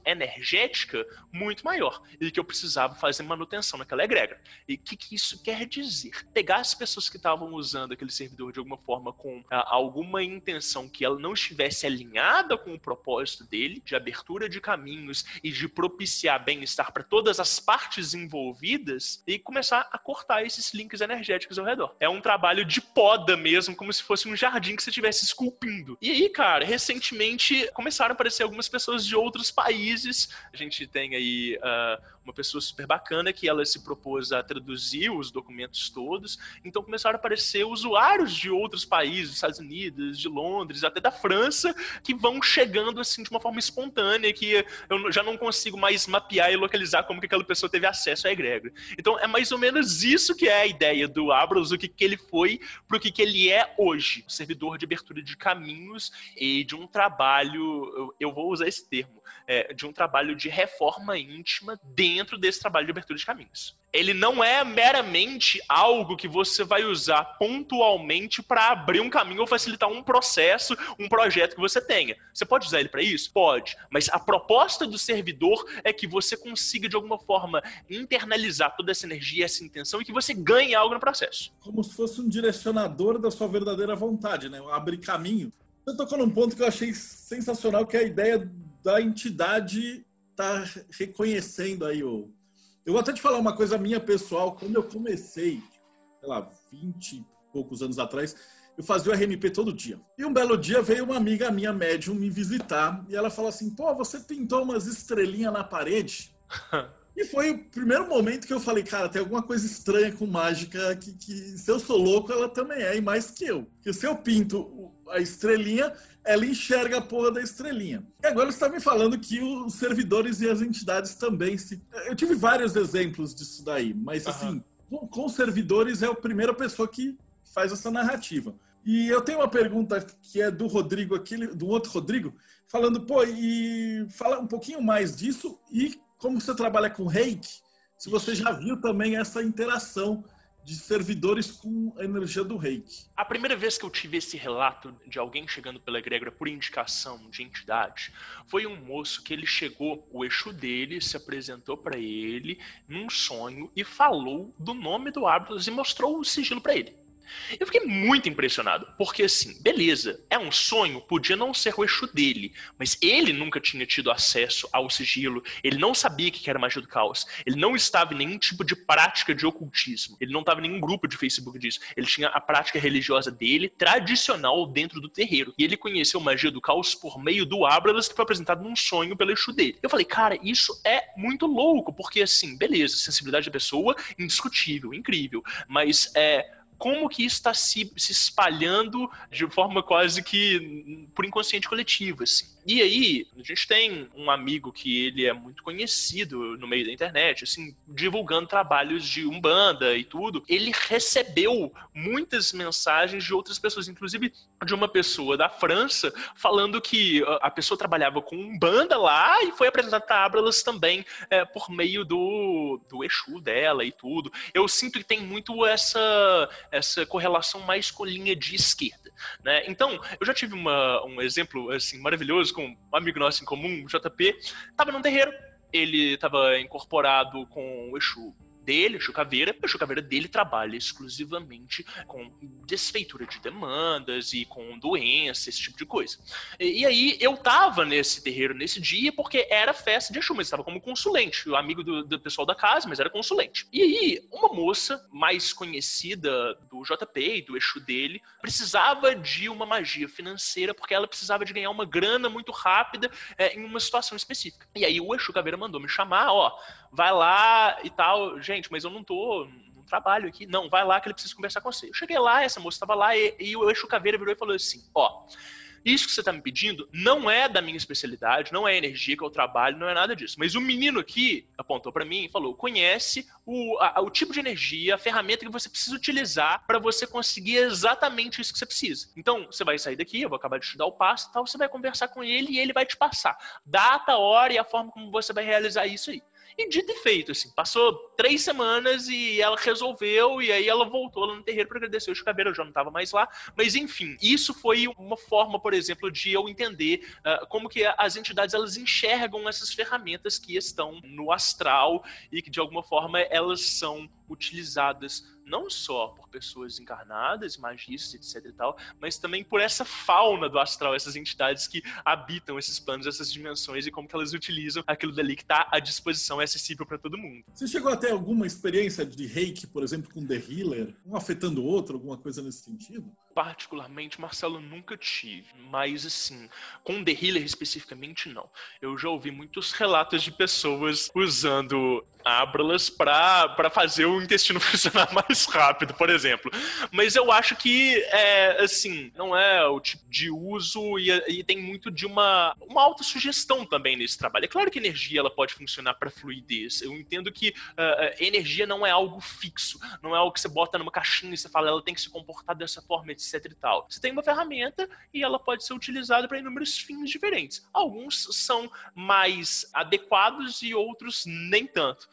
energética muito maior e que eu precisava fazer manutenção naquela egrégora. E o que, que isso quer dizer? Pegar as pessoas que estavam usando aquele servidor de alguma forma com ah, alguma intenção que ela não estivesse alinhada com o propósito dele, de abertura de caminhos e de propiciar bem-estar para todas as partes envolvidas, e começar a cortar esses links energéticos ao redor. É um trabalho de poda mesmo, como se fosse um jardim que você estivesse esculpindo. E aí, cara, recentemente começaram a aparecer algumas pessoas de outros países. A gente tem aí uh, uma pessoa super bacana que ela se propôs a traduzir os documentos todos. Então começaram a aparecer usuários de outros países, dos Estados Unidos, de Londres, até da França, que vão chegando assim de uma forma espontânea, que eu já não consigo mais mapear e localizar como que aquela pessoa teve acesso à egrégora. Então é mais ou menos isso que é a ideia do Abralos, o que, que ele foi para o que, que ele é hoje. Servidor de abertura de caminhos e de um trabalho, eu, eu vou usar esse termo, é, de um trabalho de reforma íntima dentro desse trabalho de abertura de caminhos. Ele não é meramente algo que você vai usar pontualmente para abrir um caminho ou facilitar um processo, um projeto que você tenha. Você pode usar ele para isso? Pode. Mas a proposta do servidor é que você consiga, de alguma forma, internalizar toda essa energia, essa intenção, e que você ganhe algo no processo. Como se fosse um direcionador da sua verdadeira vontade, né? Abrir caminho. Você tocou num ponto que eu achei sensacional, que é a ideia da entidade estar tá reconhecendo aí o... Eu vou até te falar uma coisa minha pessoal. Quando eu comecei, sei lá, vinte e poucos anos atrás, eu fazia o R M P todo dia. E um belo dia veio uma amiga minha, médium, me visitar. E ela falou assim, pô, você pintou umas estrelinhas na parede? E foi o primeiro momento que eu falei, cara, tem alguma coisa estranha com mágica, que, que se eu sou louco, ela também é, e mais que eu. Porque se eu pinto a estrelinha, ela enxerga a porra da estrelinha. E agora você está me falando que os servidores e as entidades também se... Eu tive vários exemplos disso daí, mas assim, uhum. com, com os servidores é a primeira pessoa que faz essa narrativa. E eu tenho uma pergunta que é do Rodrigo, aquele, do outro Rodrigo, falando, pô, e fala um pouquinho mais disso, e como você trabalha com reiki, se você já viu também essa interação de servidores com a energia do reiki. A primeira vez que eu tive esse relato de alguém chegando pela egrégora por indicação de entidade foi um moço que ele chegou, o Exu dele se apresentou para ele num sonho e falou do nome do Abralos e mostrou o sigilo para ele. Eu fiquei muito impressionado, porque assim, beleza, é um sonho, podia não ser o Exu dele, mas ele nunca tinha tido acesso ao sigilo, ele não sabia o que era magia do caos, ele não estava em nenhum tipo de prática de ocultismo, ele não estava em nenhum grupo de Facebook disso, ele tinha a prática religiosa dele, tradicional dentro do terreiro, e ele conheceu magia do caos por meio do Abralos, que foi apresentado num sonho pelo Exu dele. Eu falei, cara, isso é muito louco, porque assim, beleza, sensibilidade da pessoa, indiscutível, incrível, mas é... como que isso está se, se espalhando de forma quase que por inconsciente coletivo, assim. E aí, a gente tem um amigo que ele é muito conhecido no meio da internet, assim, divulgando trabalhos de Umbanda e tudo. Ele recebeu muitas mensagens de outras pessoas, inclusive de uma pessoa da França, falando que a pessoa trabalhava com Umbanda lá e foi apresentada para Abralos também é, por meio do, do Exu dela e tudo. Eu sinto que tem muito essa... essa correlação mais com linha de esquerda, né? Então, eu já tive uma, um exemplo assim, maravilhoso com um amigo nosso em comum, o J P, estava num terreiro, ele estava incorporado com o Exu dele, Exu Caveira. O Exu Caveira dele trabalha exclusivamente com desfeitura de demandas e com doença, esse tipo de coisa. E, e aí eu tava nesse terreiro nesse dia porque era festa de Exu, mas estava como consulente, o amigo do, do pessoal da casa, mas era consulente. E aí uma moça mais conhecida do J P e do Exu dele precisava de uma magia financeira porque ela precisava de ganhar uma grana muito rápida é, em uma situação específica. E aí o Exu Caveira mandou me chamar, ó, vai lá e tal, gente, mas eu não tô, não trabalho aqui, não, vai lá que ele precisa conversar com você. Eu cheguei lá, essa moça estava lá e, e o Exu Caveira virou e falou assim, ó, isso que você está me pedindo não é da minha especialidade, não é energia que eu trabalho, não é nada disso. Mas o menino aqui apontou para mim e falou, conhece o, a, o tipo de energia, a ferramenta que você precisa utilizar para você conseguir exatamente isso que você precisa. Então, você vai sair daqui, eu vou acabar de te dar o passo e tal, você vai conversar com ele e ele vai te passar data, hora e a forma como você vai realizar isso aí. E dito e feito, assim, passou três semanas e ela resolveu, e aí ela voltou lá no terreiro para agradecer o Chicabeira, eu já não estava mais lá. Mas, enfim, isso foi uma forma, por exemplo, de eu entender uh, como que as entidades elas enxergam essas ferramentas que estão no astral e que, de alguma forma, elas são utilizadas não só por pessoas encarnadas, magistas, etc e tal, mas também por essa fauna do astral, essas entidades que habitam esses planos, essas dimensões, e como que elas utilizam aquilo dali que está à disposição e acessível para todo mundo. Você chegou a ter alguma experiência de reiki, por exemplo, com The Healer, um afetando o outro, alguma coisa nesse sentido? Particularmente, Marcelo, nunca tive, mas assim, com The Healer especificamente, não. Eu já ouvi muitos relatos de pessoas usando ábralas para fazer o intestino funcionar mais rápido, por exemplo. Mas eu acho que, é, assim, não é o tipo de uso e, e tem muito de uma, uma autossugestão também nesse trabalho. É claro que a energia ela pode funcionar para fluidez. Eu entendo que uh, energia não é algo fixo, não é algo que você bota numa caixinha e você fala, ela tem que se comportar dessa forma, etc e tal. Você tem uma ferramenta e ela pode ser utilizada para inúmeros fins diferentes. Alguns são mais adequados e outros nem tanto.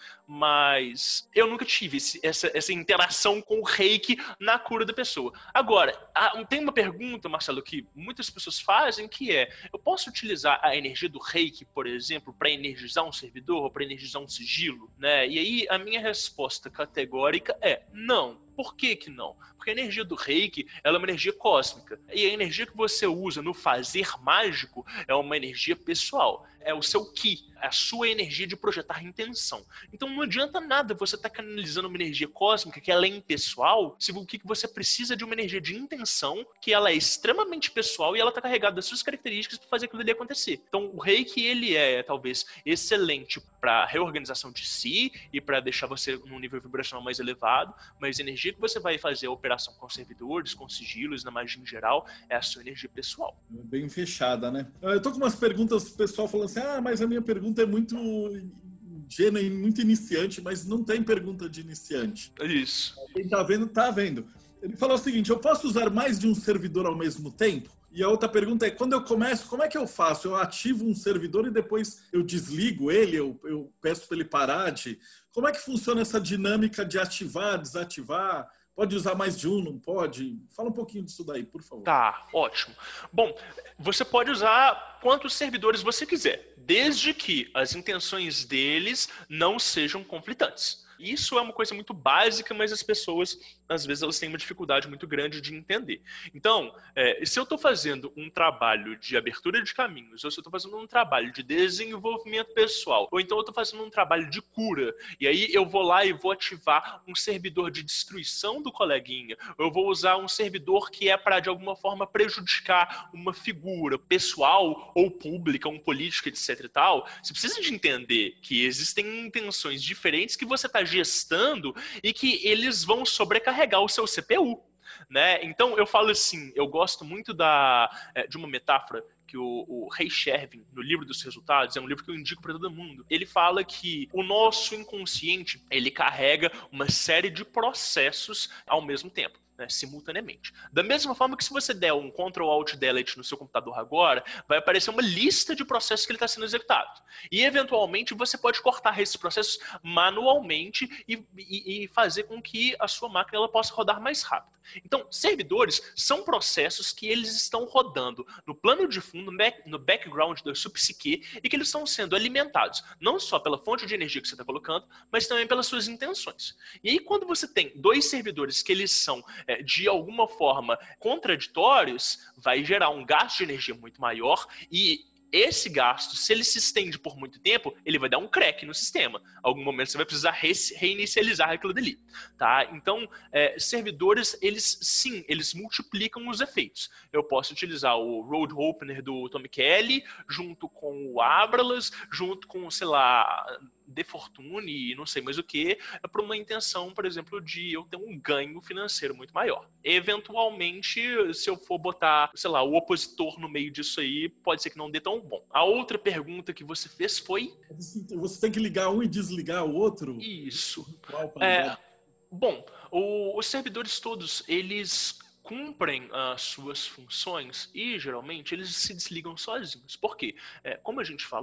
Mas eu nunca tive esse, essa, essa interação com o reiki na cura da pessoa. Agora, tem uma pergunta, Marcelo, que muitas pessoas fazem, que é, eu posso utilizar a energia do reiki, por exemplo, para energizar um servidor ou para energizar um sigilo? Né? E aí a minha resposta categórica é não. Por que que não? Porque a energia do reiki ela é uma energia cósmica. E a energia que você usa no fazer mágico é uma energia pessoal. É o seu ki, a sua energia de projetar intenção. Então não adianta nada você estar tá canalizando uma energia cósmica que ela é impessoal, se o que você precisa de uma energia de intenção, que ela é extremamente pessoal e ela está carregada das suas características para fazer aquilo ali acontecer. Então o reiki ele é talvez excelente para reorganização de si e para deixar você num nível vibracional mais elevado, mas a energia que você vai fazer a operação com servidores, com sigilos, na magia em geral, é a sua energia pessoal. Bem fechada, né? Eu tô com umas perguntas, o pessoal falando assim, ah, mas a minha pergunta é muito ingênua e muito iniciante, mas não tem pergunta de iniciante. Isso. Quem tá vendo, tá vendo. Ele falou o seguinte, eu posso usar mais de um servidor ao mesmo tempo? E a outra pergunta é, quando eu começo, como é que eu faço? Eu ativo um servidor e depois eu desligo ele, eu, eu peço para ele parar de... Como é que funciona essa dinâmica de ativar, desativar? Pode usar mais de um, não pode? Fala um pouquinho disso daí, por favor. Tá, ótimo. Bom, você pode usar quantos servidores você quiser, desde que as intenções deles não sejam conflitantes. Isso é uma coisa muito básica, mas as pessoas, às vezes, elas têm uma dificuldade muito grande de entender. Então, é, se eu estou fazendo um trabalho de abertura de caminhos, ou se eu estou fazendo um trabalho de desenvolvimento pessoal, ou então eu estou fazendo um trabalho de cura, e aí eu vou lá e vou ativar um servidor de destruição do coleguinha, ou eu vou usar um servidor que é para, de alguma forma, prejudicar uma figura pessoal ou pública, um político, etc e tal, você precisa de entender que existem intenções diferentes que você está gestando e que eles vão sobrecarregar o seu C P U, né? Então eu falo assim, eu gosto muito da, de uma metáfora que o, o Ray Shervin, no livro dos resultados, é um livro que eu indico para todo mundo. Ele fala que o nosso inconsciente, ele carrega uma série de processos ao mesmo tempo. Né, simultaneamente. Da mesma forma que se você der um control alt delete no seu computador agora, vai aparecer uma lista de processos que ele está sendo executado. E, eventualmente, você pode cortar esses processos manualmente e, e, e fazer com que a sua máquina ela possa rodar mais rápido. Então, servidores são processos que eles estão rodando no plano de fundo, no background da sua psique, e que eles estão sendo alimentados não só pela fonte de energia que você está colocando, mas também pelas suas intenções. E aí, quando você tem dois servidores que eles são de alguma forma contraditórios, vai gerar um gasto de energia muito maior e esse gasto, se ele se estende por muito tempo, ele vai dar um crack no sistema. Em algum momento você vai precisar re reinicializar aquilo dali, tá? Então, é, servidores, eles sim, eles multiplicam os efeitos. Eu posso utilizar o Road Opener do Tommy Kelly, junto com o Abralas, junto com, sei lá, De Fortune e não sei mais o que, é para uma intenção, por exemplo, de eu ter um ganho financeiro muito maior. Eventualmente, se eu for botar, sei lá, o opositor no meio disso aí, pode ser que não dê tão bom. A outra pergunta que você fez foi... Você tem que ligar um e desligar o outro? Isso. É, bom, o, os servidores todos, eles cumprem as suas funções e, geralmente, eles se desligam sozinhos. Por quê? É, como a gente falou,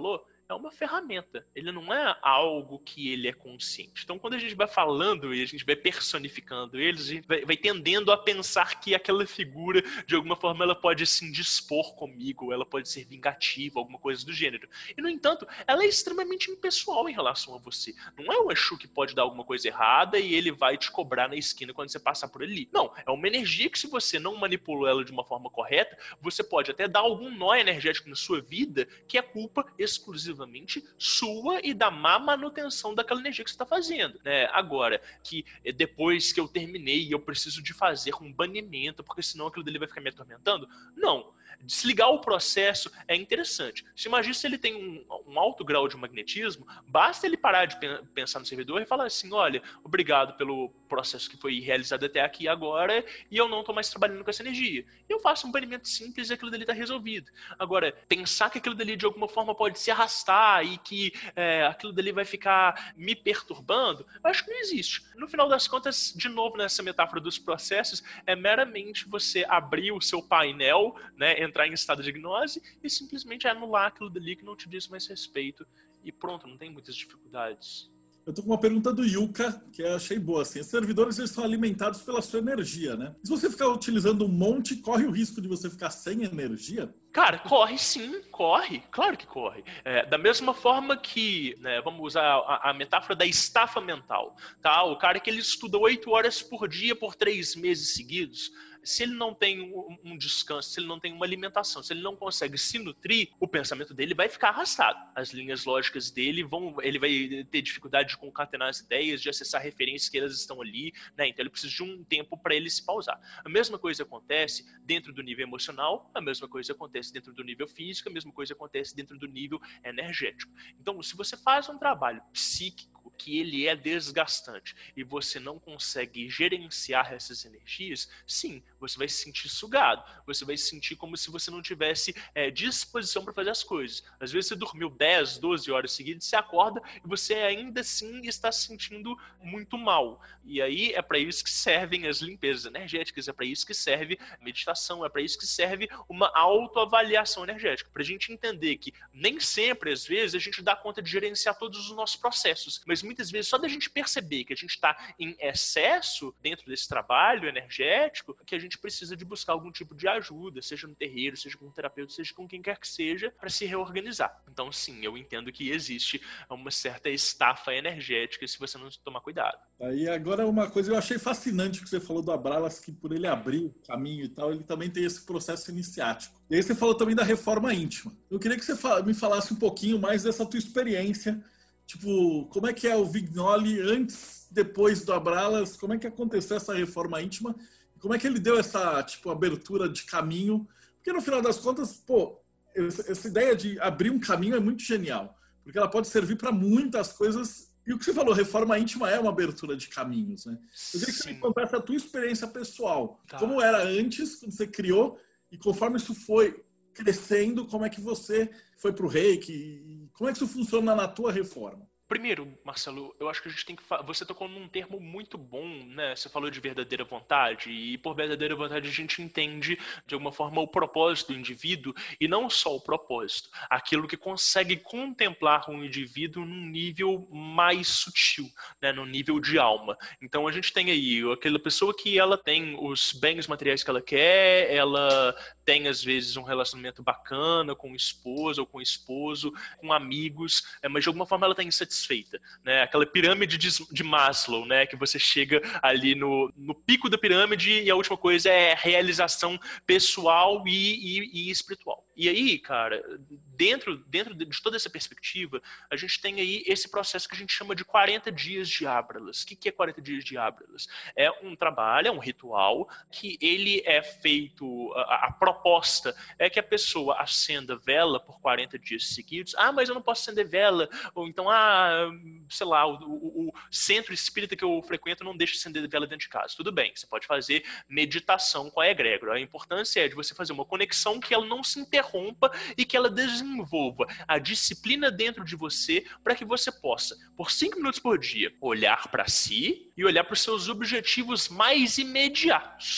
é uma ferramenta. Ele não é algo que ele é consciente. Então, quando a gente vai falando e a gente vai personificando eles, a gente vai, vai tendendo a pensar que aquela figura, de alguma forma, ela pode se indispor comigo, ela pode ser vingativa, alguma coisa do gênero. E, no entanto, ela é extremamente impessoal em relação a você. Não é o Exu que pode dar alguma coisa errada e ele vai te cobrar na esquina quando você passar por ali. Não, é uma energia que, se você não manipulou ela de uma forma correta, você pode até dar algum nó energético na sua vida que é culpa exclusivamente sua e da má manutenção daquela energia que você está fazendo, né? Agora, que depois que eu terminei eu preciso de fazer um banimento, porque senão aquilo dele vai ficar me atormentando? Não. Desligar o processo é interessante. Se imagina se ele tem um, um alto grau de magnetismo, basta ele parar de pensar no servidor e falar assim, olha, obrigado pelo processo que foi realizado até aqui e agora, e eu não estou mais trabalhando com essa energia. Eu faço um banimento simples e aquilo dali está resolvido. Agora, pensar que aquilo dali de alguma forma pode se arrastar e que é, aquilo dali vai ficar me perturbando, eu acho que não existe. No final das contas, de novo nessa metáfora dos processos, é meramente você abrir o seu painel, né, entrar em estado de gnose e simplesmente anular aquilo dali que não te diz mais respeito. E pronto, não tem muitas dificuldades. Eu tô com uma pergunta do Yuka, que eu achei boa, assim. Os servidores, eles são alimentados pela sua energia, né? Se você ficar utilizando um monte, corre o risco de você ficar sem energia? Cara, corre sim, corre. Claro que corre. É, da mesma forma que, né, vamos usar a, a metáfora da estafa mental, tá? O cara que ele estuda oito horas por dia por três meses seguidos, se ele não tem um, um descanso, se ele não tem uma alimentação, se ele não consegue se nutrir, o pensamento dele vai ficar arrastado. As linhas lógicas dele vão, ele vai ter dificuldade de concatenar as ideias, de acessar referências que elas estão ali, né? Então ele precisa de um tempo para ele se pausar. A mesma coisa acontece dentro do nível emocional, a mesma coisa acontece dentro do nível físico, a mesma coisa acontece dentro do nível energético. Então, se você faz um trabalho psíquico que ele é desgastante e você não consegue gerenciar essas energias, sim, você vai se sentir sugado, você vai se sentir como se você não tivesse é, disposição para fazer as coisas. Às vezes você dormiu dez, doze horas seguidas, você acorda e você ainda assim está se sentindo muito mal. E aí é para isso que servem as limpezas energéticas, é para isso que serve a meditação, é para isso que serve uma autoavaliação energética, para a gente entender que nem sempre, às vezes, a gente dá conta de gerenciar todos os nossos processos, mas muitas vezes só da gente perceber que a gente está em excesso dentro desse trabalho energético, que a gente precisa de buscar algum tipo de ajuda, seja no terreiro, seja com um terapeuta, seja com quem quer que seja, para se reorganizar. Então, sim, eu entendo que existe uma certa estafa energética se você não tomar cuidado. Aí agora uma coisa eu achei fascinante que você falou do Abralas, que por ele abrir o caminho e tal, ele também tem esse processo iniciático. E aí você falou também da reforma íntima. Eu queria que você me falasse um pouquinho mais dessa tua experiência. Tipo, como é que é o Vignoli antes, depois do Abralas? Como é que aconteceu essa reforma íntima? Como é que ele deu essa, tipo, abertura de caminho? Porque no final das contas, pô, essa ideia de abrir um caminho é muito genial. Porque ela pode servir para muitas coisas. E o que você falou, reforma íntima é uma abertura de caminhos, né? Eu queria que você me contasse a tua experiência pessoal. Tá. Como era antes, quando você criou, e conforme isso foi crescendo, como é que você foi pro Reiki? Como é que isso funciona na tua reforma? Primeiro, Marcelo, eu acho que a gente tem que... Fa... Você tocou num termo muito bom, né? Você falou de verdadeira vontade, e por verdadeira vontade a gente entende, de alguma forma, o propósito do indivíduo, e não só o propósito, aquilo que consegue contemplar um indivíduo num nível mais sutil, né? Num nível de alma. Então a gente tem aí aquela pessoa que ela tem os bens materiais que ela quer, ela tem, às vezes, um relacionamento bacana com esposa ou com esposo, com amigos, mas de alguma forma ela está insatisfeita, né? Aquela pirâmide de, de Maslow, né? Que você chega ali no, no pico da pirâmide e a última coisa é realização pessoal e, e, e espiritual. E aí, cara, dentro, dentro de toda essa perspectiva, a gente tem aí esse processo que a gente chama de quarenta dias de Ábralas. O que é quarenta dias de Ábralas? É um trabalho, é um ritual que ele é feito, a, a proposta é que a pessoa acenda vela por quarenta dias seguidos. Ah, mas eu não posso acender vela. Ou então, ah, sei lá, o, o, o centro espírita que eu frequento não deixa acender vela dentro de casa. Tudo bem, você pode fazer meditação com a egrégora. A importância é de você fazer uma conexão que ela não se interrompa e que ela desenvolva a disciplina dentro de você para que você possa, por cinco minutos por dia, olhar para si e olhar para os seus objetivos mais imediatos.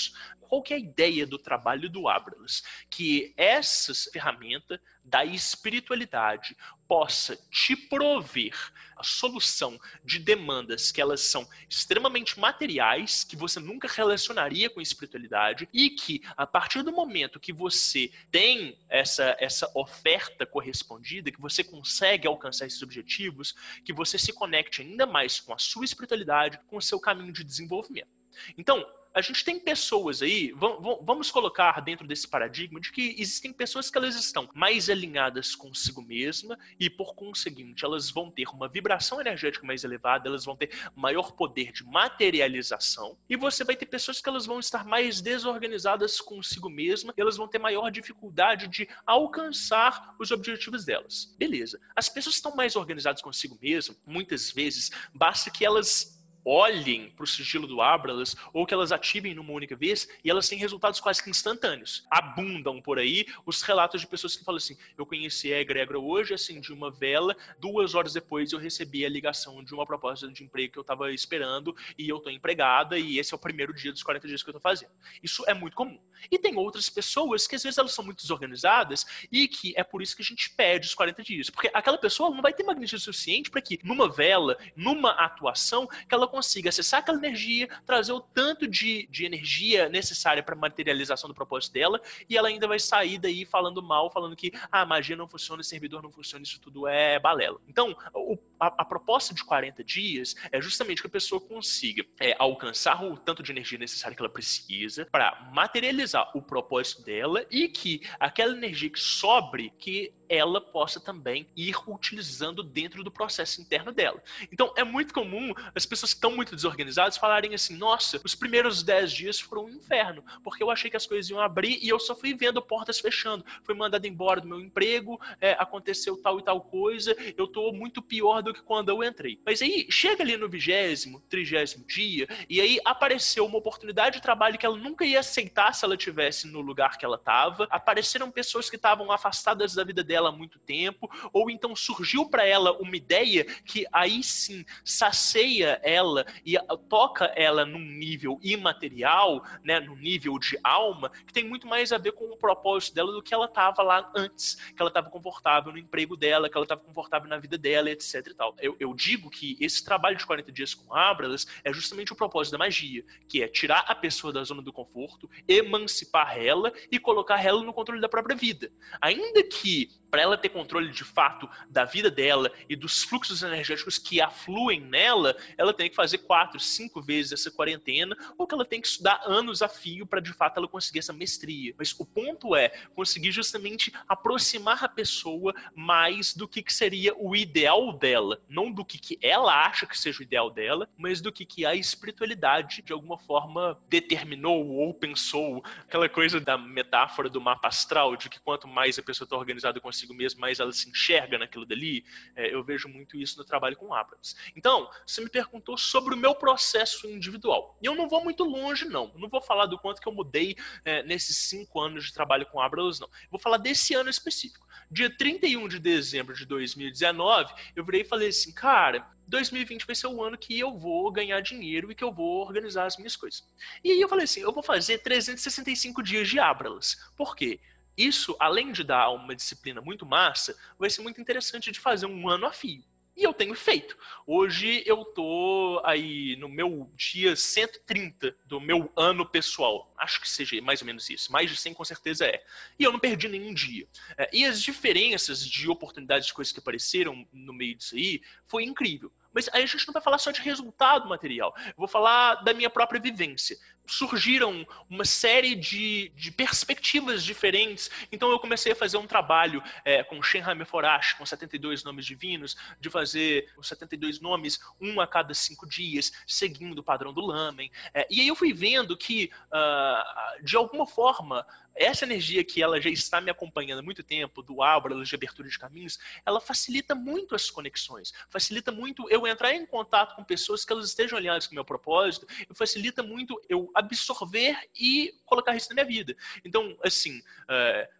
qual que é a ideia do trabalho do Ábralas? Que essa ferramenta da espiritualidade possa te prover a solução de demandas que elas são extremamente materiais, que você nunca relacionaria com espiritualidade, e que a partir do momento que você tem essa, essa oferta correspondida, que você consegue alcançar esses objetivos, que você se conecte ainda mais com a sua espiritualidade, com o seu caminho de desenvolvimento. Então, a gente tem pessoas aí, vamos colocar dentro desse paradigma de que existem pessoas que elas estão mais alinhadas consigo mesma e, por conseguinte, elas vão ter uma vibração energética mais elevada, elas vão ter maior poder de materialização, e você vai ter pessoas que elas vão estar mais desorganizadas consigo mesma e elas vão ter maior dificuldade de alcançar os objetivos delas. Beleza. As pessoas que estão mais organizadas consigo mesma, muitas vezes, basta que elas olhem para o sigilo do Ábralas ou que elas ativem numa única vez e elas têm resultados quase que instantâneos. Abundam por aí os relatos de pessoas que falam assim: eu conheci a egrégora hoje, acendi uma vela, duas horas depois eu recebi a ligação de uma proposta de emprego que eu estava esperando e eu estou empregada e esse é o primeiro dia dos quarenta dias que eu estou fazendo. Isso é muito comum. E tem outras pessoas que às vezes elas são muito desorganizadas e que é por isso que a gente pede os quarenta dias. Porque aquela pessoa não vai ter magnetismo suficiente para que numa vela, numa atuação, que ela consiga acessar aquela energia, trazer o tanto de, de energia necessária para a materialização do propósito dela, e ela ainda vai sair daí falando mal, falando que ah, a magia não funciona, o servidor não funciona, isso tudo é balela. Então, o, a, a proposta de quarenta dias é justamente que a pessoa consiga é, alcançar o tanto de energia necessária que ela precisa para materializar o propósito dela e que aquela energia que sobre, que ela possa também ir utilizando dentro do processo interno dela. Então, é muito comum as pessoas que estão muito desorganizadas falarem assim: nossa, os primeiros dez dias foram um inferno, porque eu achei que as coisas iam abrir e eu só fui vendo portas fechando. Fui mandado embora do meu emprego, é, aconteceu tal e tal coisa, eu tô muito pior do que quando eu entrei. Mas aí, chega ali no vigésimo, trigésimo dia, e aí apareceu uma oportunidade de trabalho que ela nunca ia aceitar se ela estivesse no lugar que ela estava. Apareceram pessoas que estavam afastadas da vida dela há muito tempo, ou então surgiu para ela uma ideia que aí sim sacia ela e toca ela num nível imaterial, né, num nível de alma, que tem muito mais a ver com o propósito dela do que ela estava lá antes, que ela estava confortável no emprego dela, que ela estava confortável na vida dela, etc e tal. Eu, eu digo que esse trabalho de quarenta dias com Ábralas é justamente o propósito da magia, que é tirar a pessoa da zona do conforto, emancipar ela e colocar ela no controle da própria vida. Ainda que para ela ter controle de fato da vida dela e dos fluxos energéticos que afluem nela, ela tem que fazer quatro, cinco vezes essa quarentena, ou que ela tem que estudar anos a fio para de fato ela conseguir essa mestria. Mas o ponto é conseguir justamente aproximar a pessoa mais do que, que seria o ideal dela, não do que, que ela acha que seja o ideal dela, mas do que, que a espiritualidade de alguma forma determinou ou pensou. Aquela coisa da metáfora do mapa astral, de que quanto mais a pessoa está organizada consigo mesmo, mais ela se enxerga naquilo dali. É, eu vejo muito isso no trabalho com Ábralas. Então, você me perguntou sobre o meu processo individual. E eu não vou muito longe, não. Eu não vou falar do quanto que eu mudei é, nesses cinco anos de trabalho com Ábralas, não. Eu vou falar desse ano específico. Dia trinta e um de dezembro de dois mil e dezenove, eu virei e falei assim, cara, dois mil e vinte vai ser o ano que eu vou ganhar dinheiro e que eu vou organizar as minhas coisas. E aí eu falei assim, eu vou fazer trezentos e sessenta e cinco dias de Ábralas. Por quê? Isso, além de dar uma disciplina muito massa, vai ser muito interessante de fazer um ano a fio. E eu tenho feito. Hoje eu tô aí no meu dia cento e trinta do meu ano pessoal. Acho que seja mais ou menos isso. Mais de cem com certeza é. E eu não perdi nenhum dia. É, e as diferenças de oportunidades de coisas que apareceram no meio disso aí foi incrível. Mas aí a gente não vai falar só de resultado material. Eu vou falar da minha própria vivência. Surgiram uma série de, de perspectivas diferentes. Então eu comecei a fazer um trabalho é, com Shenhame Forash, com setenta e dois nomes divinos, de fazer os setenta e dois nomes, um a cada cinco dias, seguindo o padrão do Lamen. É, e aí eu fui vendo que, uh, de alguma forma, essa energia que ela já está me acompanhando há muito tempo, do Ábralas, de abertura de caminhos, ela facilita muito as conexões, facilita muito eu entrar em contato com pessoas que elas estejam alinhadas com o meu propósito, e facilita muito eu absorver e colocar isso na minha vida. Então, assim, uh,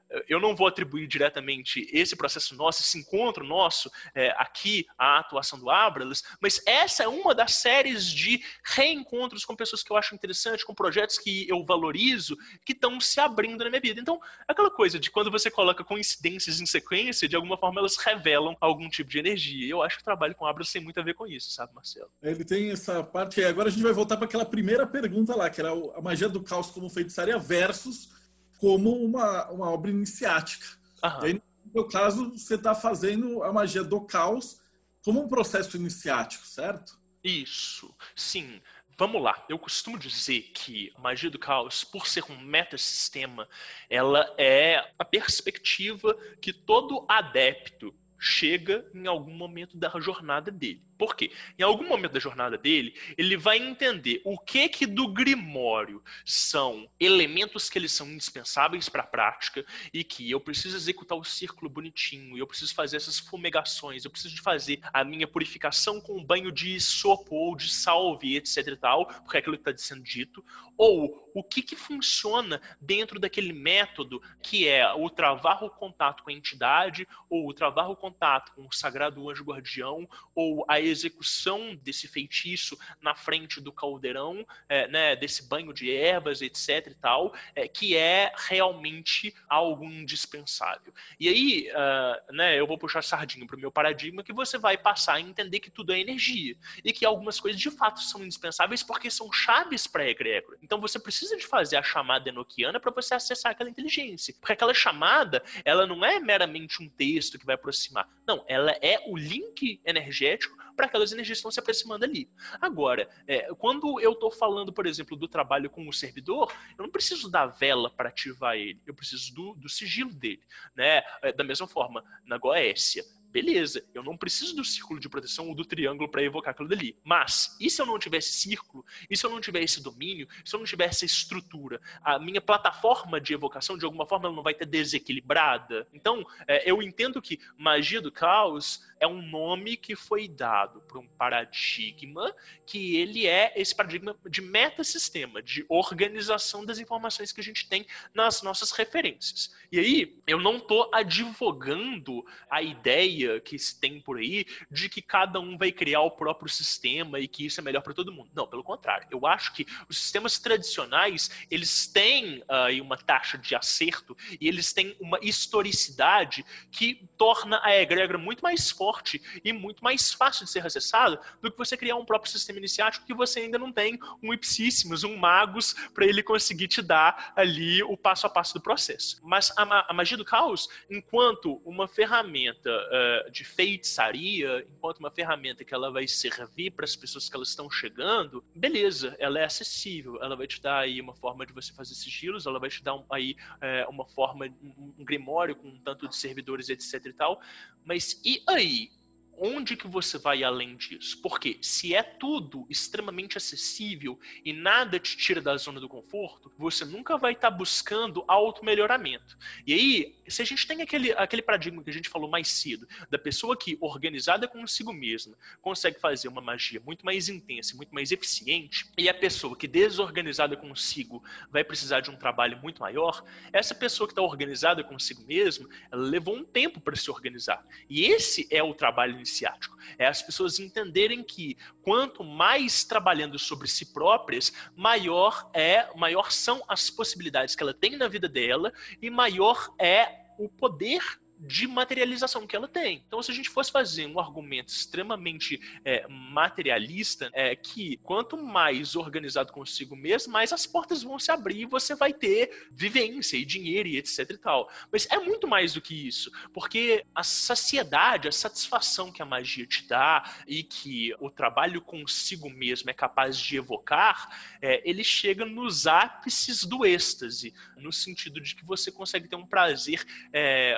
eu não vou atribuir diretamente esse processo nosso, esse encontro nosso é, aqui à atuação do Abralas, mas essa é uma das séries de reencontros com pessoas que eu acho interessante, com projetos que eu valorizo, que estão se abrindo na minha vida. Então, aquela coisa de quando você coloca coincidências em sequência, de alguma forma elas revelam algum tipo de energia. Eu acho que o trabalho com o Abralas tem muito a ver com isso, sabe, Marcelo? Ele tem essa parte aí. Agora a gente vai voltar para aquela primeira pergunta lá, que era a magia do caos como feitiçaria versus como uma, uma obra iniciática. Aham. E aí, no seu caso, você está fazendo a magia do caos como um processo iniciático, certo? Isso, sim. Vamos lá, eu costumo dizer que a magia do caos, por ser um metasistema, ela é a perspectiva que todo adepto chega em algum momento da jornada dele. Por quê? Em algum momento da jornada dele, ele vai entender o que que do Grimório são elementos que eles são indispensáveis para a prática e que eu preciso executar o círculo bonitinho, eu preciso fazer essas fumegações, eu preciso de fazer a minha purificação com um banho de sopo ou de salve, etc e tal, porque é aquilo que está sendo dito, ou o que que funciona dentro daquele método que é o travar o contato com a entidade, ou o travar o contato com o sagrado anjo guardião, ou a execução desse feitiço na frente do caldeirão, é, né, desse banho de ervas, etc e tal, é, que é realmente algo indispensável. E aí, uh, né, eu vou puxar sardinha para o meu paradigma, que você vai passar a entender que tudo é energia, e que algumas coisas de fato são indispensáveis porque são chaves para a egrégora. Então você precisa de fazer a chamada enoquiana para você acessar aquela inteligência, porque aquela chamada, ela não é meramente um texto que vai aproximar, não, ela é o link energético para aquelas energias que estão se aproximando ali. Agora, é, quando eu estou falando, por exemplo, do trabalho com o servidor, eu não preciso da vela para ativar ele, eu preciso do, do sigilo dele, né? Da mesma forma, na Goécia, beleza, eu não preciso do círculo de proteção ou do triângulo para evocar aquilo dali. Mas, e se eu não tiver esse círculo? E se eu não tiver esse domínio? Se eu não tiver essa estrutura? A minha plataforma de evocação, de alguma forma, ela não vai estar desequilibrada? Então, é, eu entendo que magia do caos é um nome que foi dado para um paradigma que ele é esse paradigma de metasistema, de organização das informações que a gente tem nas nossas referências. E aí, eu não estou advogando a ideia que se tem por aí de que cada um vai criar o próprio sistema e que isso é melhor para todo mundo. Não, pelo contrário. Eu acho que os sistemas tradicionais, eles têm aí uh, uma taxa de acerto e eles têm uma historicidade que torna a egrégora muito mais forte e muito mais fácil de ser acessada do que você criar um próprio sistema iniciático que você ainda não tem um ipsíssimos, um magos, para ele conseguir te dar ali o passo a passo do processo. Mas a, a magia do caos, enquanto uma ferramenta uh, de feitiçaria, enquanto uma ferramenta que ela vai servir para as pessoas que elas estão chegando, beleza, ela é acessível, ela vai te dar aí uma forma de você fazer sigilos, ela vai te dar um, aí é, uma forma, um, um grimório com um tanto de servidores, etc e tal, mas e aí? Onde que você vai além disso? Porque se é tudo extremamente acessível e nada te tira da zona do conforto, você nunca vai estar buscando auto-melhoramento. E aí, se a gente tem aquele, aquele paradigma que a gente falou mais cedo, da pessoa que, organizada consigo mesma, consegue fazer uma magia muito mais intensa, muito mais eficiente, e a pessoa que, desorganizada consigo, vai precisar de um trabalho muito maior, essa pessoa que está organizada consigo mesma, ela levou um tempo para se organizar. E esse é o trabalho iniciático. É as pessoas entenderem que quanto mais trabalhando sobre si próprias, maior é, maior são as possibilidades que ela tem na vida dela e maior é o poder de materialização que ela tem. Então, se a gente fosse fazer um argumento extremamente é, materialista, é que quanto mais organizado consigo mesmo, mais as portas vão se abrir e você vai ter vivência e dinheiro e etc e tal. Mas é muito mais do que isso, porque a saciedade, a satisfação que a magia te dá e que o trabalho consigo mesmo é capaz de evocar, é, ele chega nos ápices do êxtase, no sentido de que você consegue ter um prazer é, quase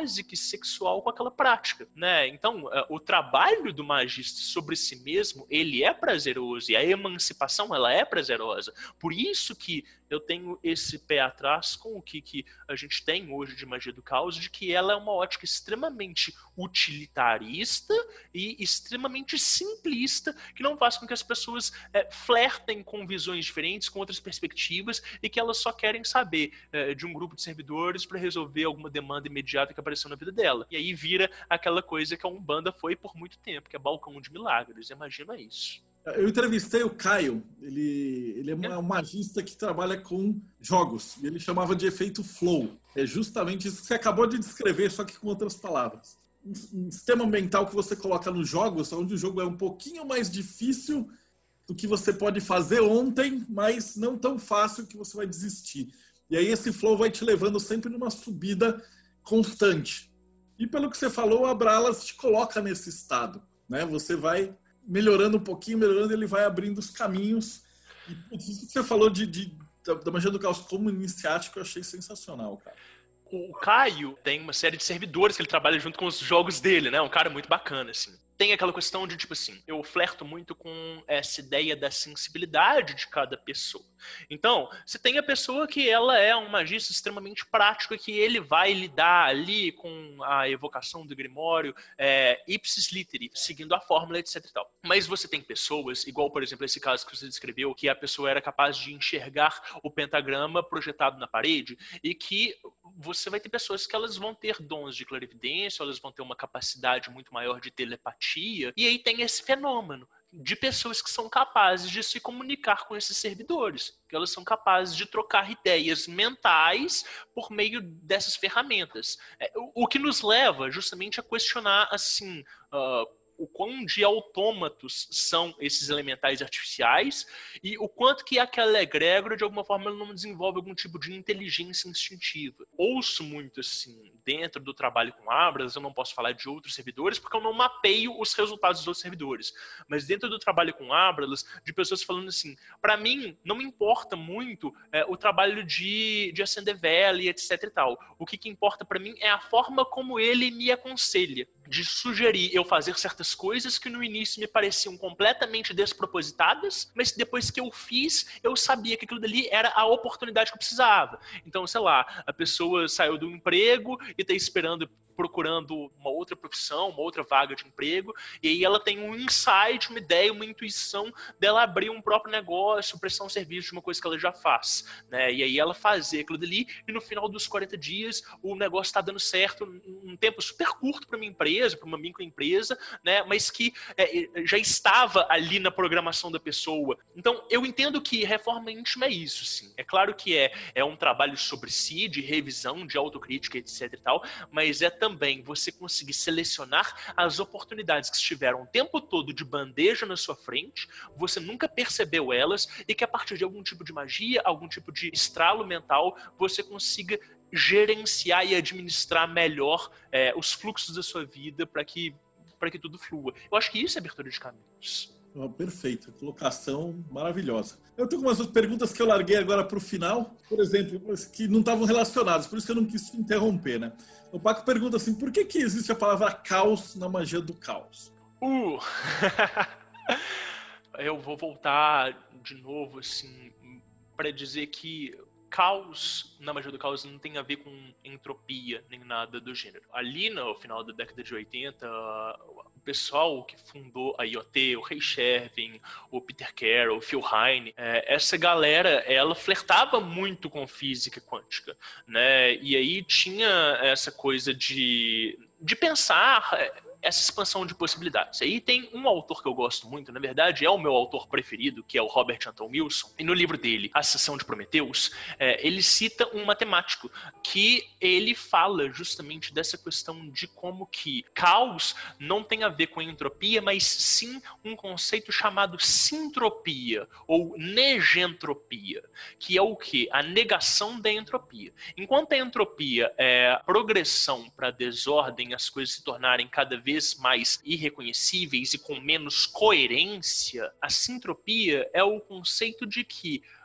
básica e sexual com aquela prática, né? Então, o trabalho do magista sobre si mesmo, ele é prazeroso, e a emancipação, ela é prazerosa. Por isso que eu tenho esse pé atrás com o que, que a gente tem hoje de magia do caos, de que ela é uma ótica extremamente utilitarista e extremamente simplista, que não faz com que as pessoas é, flertem com visões diferentes, com outras perspectivas, e que elas só querem saber é, de um grupo de servidores para resolver alguma demanda imediata que apareceu na vida dela. E aí vira aquela coisa que a Umbanda foi por muito tempo, que é balcão de milagres. Imagina isso. Eu entrevistei o Caio, ele, ele é um magista que trabalha com jogos, e ele chamava de efeito flow. É justamente isso que você acabou de descrever, só que com outras palavras. Um sistema mental que você coloca nos jogos, onde o jogo é um pouquinho mais difícil do que você pode fazer ontem, mas não tão fácil que você vai desistir. E aí esse flow vai te levando sempre numa subida constante. E pelo que você falou, a Abralas te coloca nesse estado, né? Você vai melhorando um pouquinho, melhorando, ele vai abrindo os caminhos. E putz, isso que você falou de, de, da, da magia do caos como iniciático, eu achei sensacional, cara. O Caio tem uma série de servidores que ele trabalha junto com os jogos dele, né? Um cara muito bacana, assim. Tem aquela questão de, tipo assim, eu flerto muito com essa ideia da sensibilidade de cada pessoa. Então, você tem a pessoa que ela é um magista extremamente prático e que ele vai lidar ali com a evocação do Grimório, é, ipsis literi, seguindo a fórmula, etc e tal. Mas você tem pessoas, igual, por exemplo, esse caso que você descreveu, que a pessoa era capaz de enxergar o pentagrama projetado na parede, e que você vai ter pessoas que elas vão ter dons de clarividência, elas vão ter uma capacidade muito maior de telepatia. E aí tem esse fenômeno de pessoas que são capazes de se comunicar com esses servidores, que elas são capazes de trocar ideias mentais por meio dessas ferramentas. O que nos leva justamente a questionar, assim, uh, o quão de autômatos são esses elementais artificiais e o quanto que aquela egrégora, de alguma forma, não desenvolve algum tipo de inteligência instintiva. Ouço muito, assim, dentro do trabalho com Abras, eu não posso falar de outros servidores, porque eu não mapeio os resultados dos outros servidores, mas dentro do trabalho com Abras, de pessoas falando assim, para mim, não me importa muito é, o trabalho de, de acender vela e etc e tal. O que, que importa para mim é a forma como ele me aconselha, de sugerir eu fazer certas coisas que no início me pareciam completamente despropositadas, mas depois que eu fiz, eu sabia que aquilo dali era a oportunidade que eu precisava. Então, sei lá, a pessoa saiu do emprego e está esperando, procurando uma outra profissão, uma outra vaga de emprego, e aí ela tem um insight, uma ideia, uma intuição dela abrir um próprio negócio, prestar um serviço de uma coisa que ela já faz, né? E aí ela fazer aquilo dali, e no final dos quarenta dias, o negócio está dando certo, um tempo super curto para minha empresa, para uma microempresa, né? Mas que é, já estava ali na programação da pessoa. Então, eu entendo que reforma íntima é isso, sim. É claro que é, é um trabalho sobre si, de revisão, de autocrítica, etc e tal, mas é também você conseguir selecionar as oportunidades que estiveram o tempo todo de bandeja na sua frente, você nunca percebeu elas, e que a partir de algum tipo de magia, algum tipo de estralo mental, você consiga gerenciar e administrar melhor é, os fluxos da sua vida para que, para que tudo flua. Eu acho que isso é abertura de caminhos. Oh, perfeito, colocação maravilhosa. Eu tenho algumas outras perguntas que eu larguei agora para o final, por exemplo, que não estavam relacionadas, por isso que eu não quis te interromper, né? O Paco pergunta assim, por que que existe a palavra caos na magia do caos? Uh! Eu vou voltar de novo, assim, para dizer que caos, na magia do caos, não tem a ver com entropia, nem nada do gênero. Ali no final da década de oitenta, o pessoal que fundou a I O T, o Ray Shervin, o Peter Carroll, o Phil Heine, é, essa galera, ela flertava muito com física quântica, né? E aí tinha essa coisa de, de pensar essa expansão de possibilidades. Aí tem um autor que eu gosto muito, na verdade é o meu autor preferido, que é o Robert Anton Wilson, e no livro dele, A Seção de Prometeus, é, ele cita um matemático que ele fala justamente dessa questão de como que caos não tem a ver com entropia, mas sim um conceito chamado sintropia, ou negentropia, que é o quê? A negação da entropia. Enquanto a entropia é progressão para desordem, as coisas se tornarem cada vez mais irreconhecíveis e com menos coerência, a sintropia é o conceito de que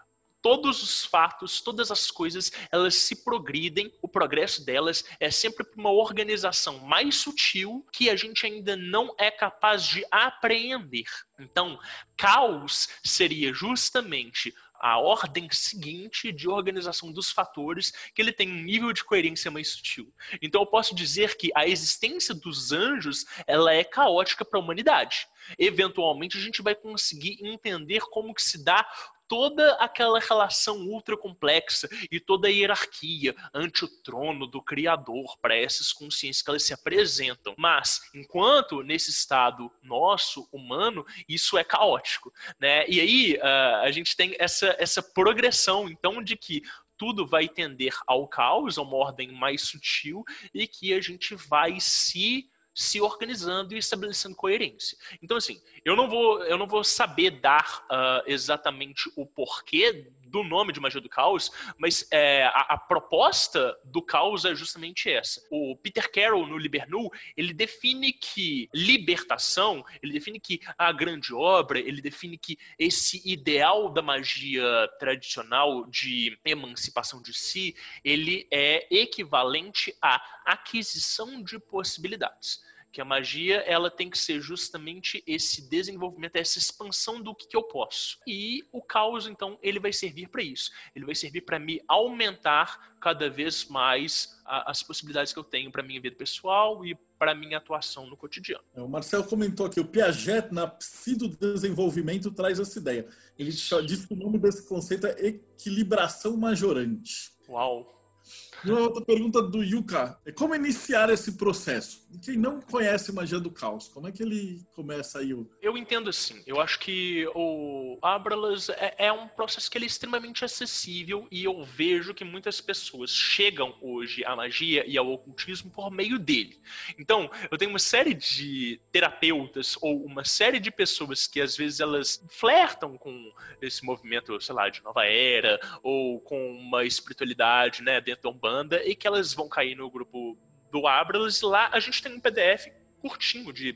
todos os fatos, todas as coisas, elas se progridem, o progresso delas é sempre para uma organização mais sutil que a gente ainda não é capaz de apreender. Então, caos seria justamente a ordem seguinte de organização dos fatores, que ele tem um nível de coerência mais sutil. Então eu posso dizer que a existência dos anjos, ela é caótica para a humanidade. Eventualmente a gente vai conseguir entender como que se dá toda aquela relação ultra complexa e toda a hierarquia ante o trono do Criador para essas consciências que elas se apresentam. Mas, enquanto nesse estado nosso, humano, isso é caótico, né? E aí uh, a gente tem essa, essa progressão, então, de que tudo vai tender ao caos, a uma ordem mais sutil, e que a gente vai se... se organizando e estabelecendo coerência. Então, assim, eu não vou, eu não vou saber dar uh, exatamente o porquê do nome de Magia do Caos, mas é, a, a proposta do caos é justamente essa. O Peter Carroll, no Liber Null, ele define que libertação, ele define que a grande obra, ele define que esse ideal da magia tradicional de emancipação de si, ele é equivalente à aquisição de possibilidades. Que a magia, ela tem que ser justamente esse desenvolvimento, essa expansão do que, que eu posso. E o caos, então, ele vai servir para isso. Ele vai servir para me aumentar cada vez mais a, as possibilidades que eu tenho para minha vida pessoal e para minha atuação no cotidiano. O Marcel comentou aqui, o Piaget, na pseudo-desenvolvimento, traz essa ideia. Ele diz que o nome desse conceito é equilibração majorante. Uau! E uma outra pergunta do Yuka é como iniciar esse processo? Quem não conhece Magia do Caos, como é que ele começa aí? O... Eu entendo assim, eu acho que o Abralas é, é um processo que ele é extremamente acessível e eu vejo que muitas pessoas chegam hoje à magia e ao ocultismo por meio dele. Então, eu tenho uma série de terapeutas ou uma série de pessoas que às vezes elas flertam com esse movimento, sei lá, de nova era ou com uma espiritualidade, né, dentro da Umbanda, e que elas vão cair no grupo do Abralas, e lá a gente tem um P D F curtinho de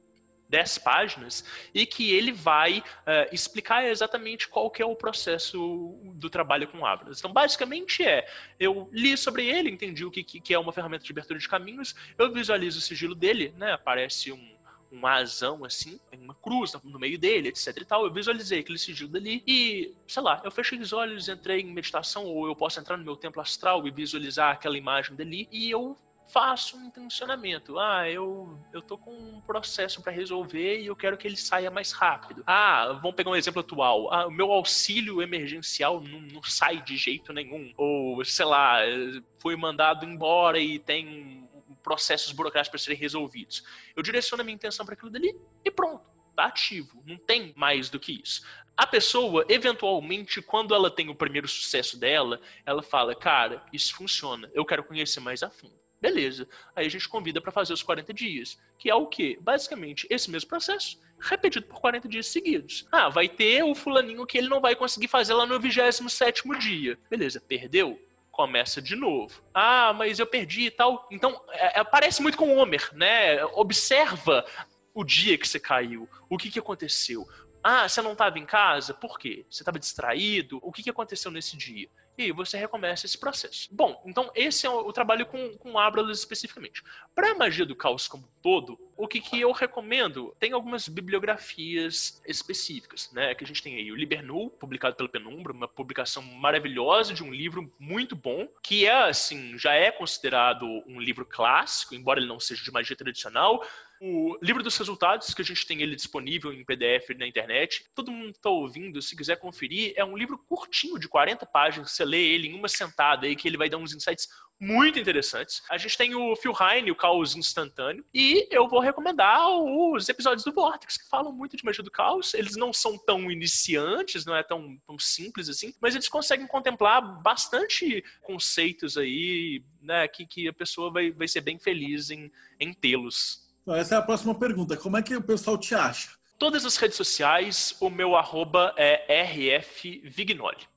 dez páginas e que ele vai uh, explicar exatamente qual que é o processo do trabalho com o Abralas. Então, basicamente é, eu li sobre ele, entendi o que, que é uma ferramenta de abertura de caminhos, eu visualizo o sigilo dele, né, aparece um um asão assim, tem uma cruz no meio dele, etc e tal, eu visualizei aquele sigilo dali e, sei lá, eu fechei os olhos, entrei em meditação, ou eu posso entrar no meu templo astral e visualizar aquela imagem dali, e eu faço um intencionamento. Ah, eu, eu tô com um processo para resolver e eu quero que ele saia mais rápido. Ah, vamos pegar um exemplo atual. Ah, o meu auxílio emergencial não, não sai de jeito nenhum. Ou, sei lá, fui mandado embora e tem processos burocráticos para serem resolvidos. Eu direciono a minha intenção para aquilo dali e pronto, tá ativo, não tem mais do que isso. A pessoa, eventualmente, quando ela tem o primeiro sucesso dela, ela fala, cara, isso funciona, eu quero conhecer mais a fundo. Beleza, aí a gente convida para fazer os quarenta dias, que é o quê? Basicamente, esse mesmo processo, repetido por quarenta dias seguidos. Ah, vai ter o fulaninho que ele não vai conseguir fazer lá no vigésimo sétimo dia. Beleza, perdeu? Começa de novo. Ah, mas eu perdi e tal. Então, é, é, parece muito com o Homer, né? Observa o dia que você caiu. O que, que aconteceu? Ah, você não estava em casa? Por quê? Você estava distraído? O que, que aconteceu nesse dia? E aí você recomeça esse processo. Bom, então esse é o trabalho com, com Abralas especificamente. Para a magia do caos como um todo, o que, que eu recomendo? Tem algumas bibliografias específicas, né? Que a gente tem aí o Liber Null, publicado pela Penumbra, uma publicação maravilhosa de um livro muito bom, que é, assim, já é considerado um livro clássico, embora ele não seja de magia tradicional. O livro dos resultados, que a gente tem ele disponível em P D F na internet, todo mundo está ouvindo, se quiser conferir, é um livro curtinho, de quarenta páginas, você lê ele em uma sentada aí, que ele vai dar uns insights muito interessantes. A gente tem o Phil Hine, o Caos Instantâneo, e eu vou recomendar os episódios do Vortex, que falam muito de magia do caos. Eles não são tão iniciantes, não é tão, tão simples assim, mas eles conseguem contemplar bastante conceitos aí, né, que, que a pessoa vai, vai ser bem feliz em, em tê-los. Então, essa é a próxima pergunta. Como é que o pessoal te acha? Todas as redes sociais, o meu arroba é R F Vignoli.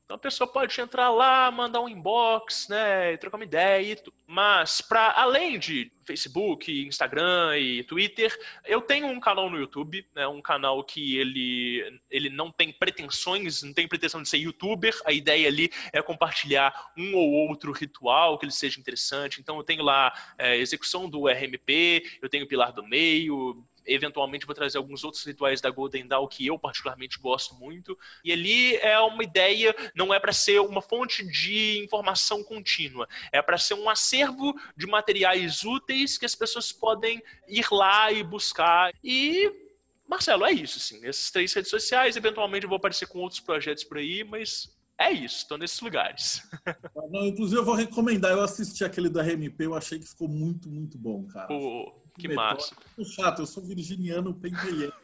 Então a pessoa pode entrar lá, mandar um inbox, né, trocar uma ideia e tudo. Mas, para além de Facebook, Instagram e Twitter, eu tenho um canal no YouTube, né, um canal que ele, ele não tem pretensões, não tem pretensão de ser youtuber. A ideia ali é compartilhar um ou outro ritual que ele seja interessante. Então eu tenho lá é, execução do R M P, eu tenho o Pilar do Meio, eventualmente vou trazer alguns outros rituais da Golden Dawn que eu particularmente gosto muito. E ali é uma ideia, não é para ser uma fonte de informação contínua, é para ser um acervo de materiais úteis que as pessoas podem ir lá e buscar. E, Marcelo, é isso, sim. Essas três redes sociais, eventualmente eu vou aparecer com outros projetos por aí, mas é isso, estou nesses lugares. Não, inclusive eu vou recomendar, eu assisti aquele da R M P, eu achei que ficou muito, muito bom, cara. Pô, que massa. Muito chato, eu sou virginiano pentelhento.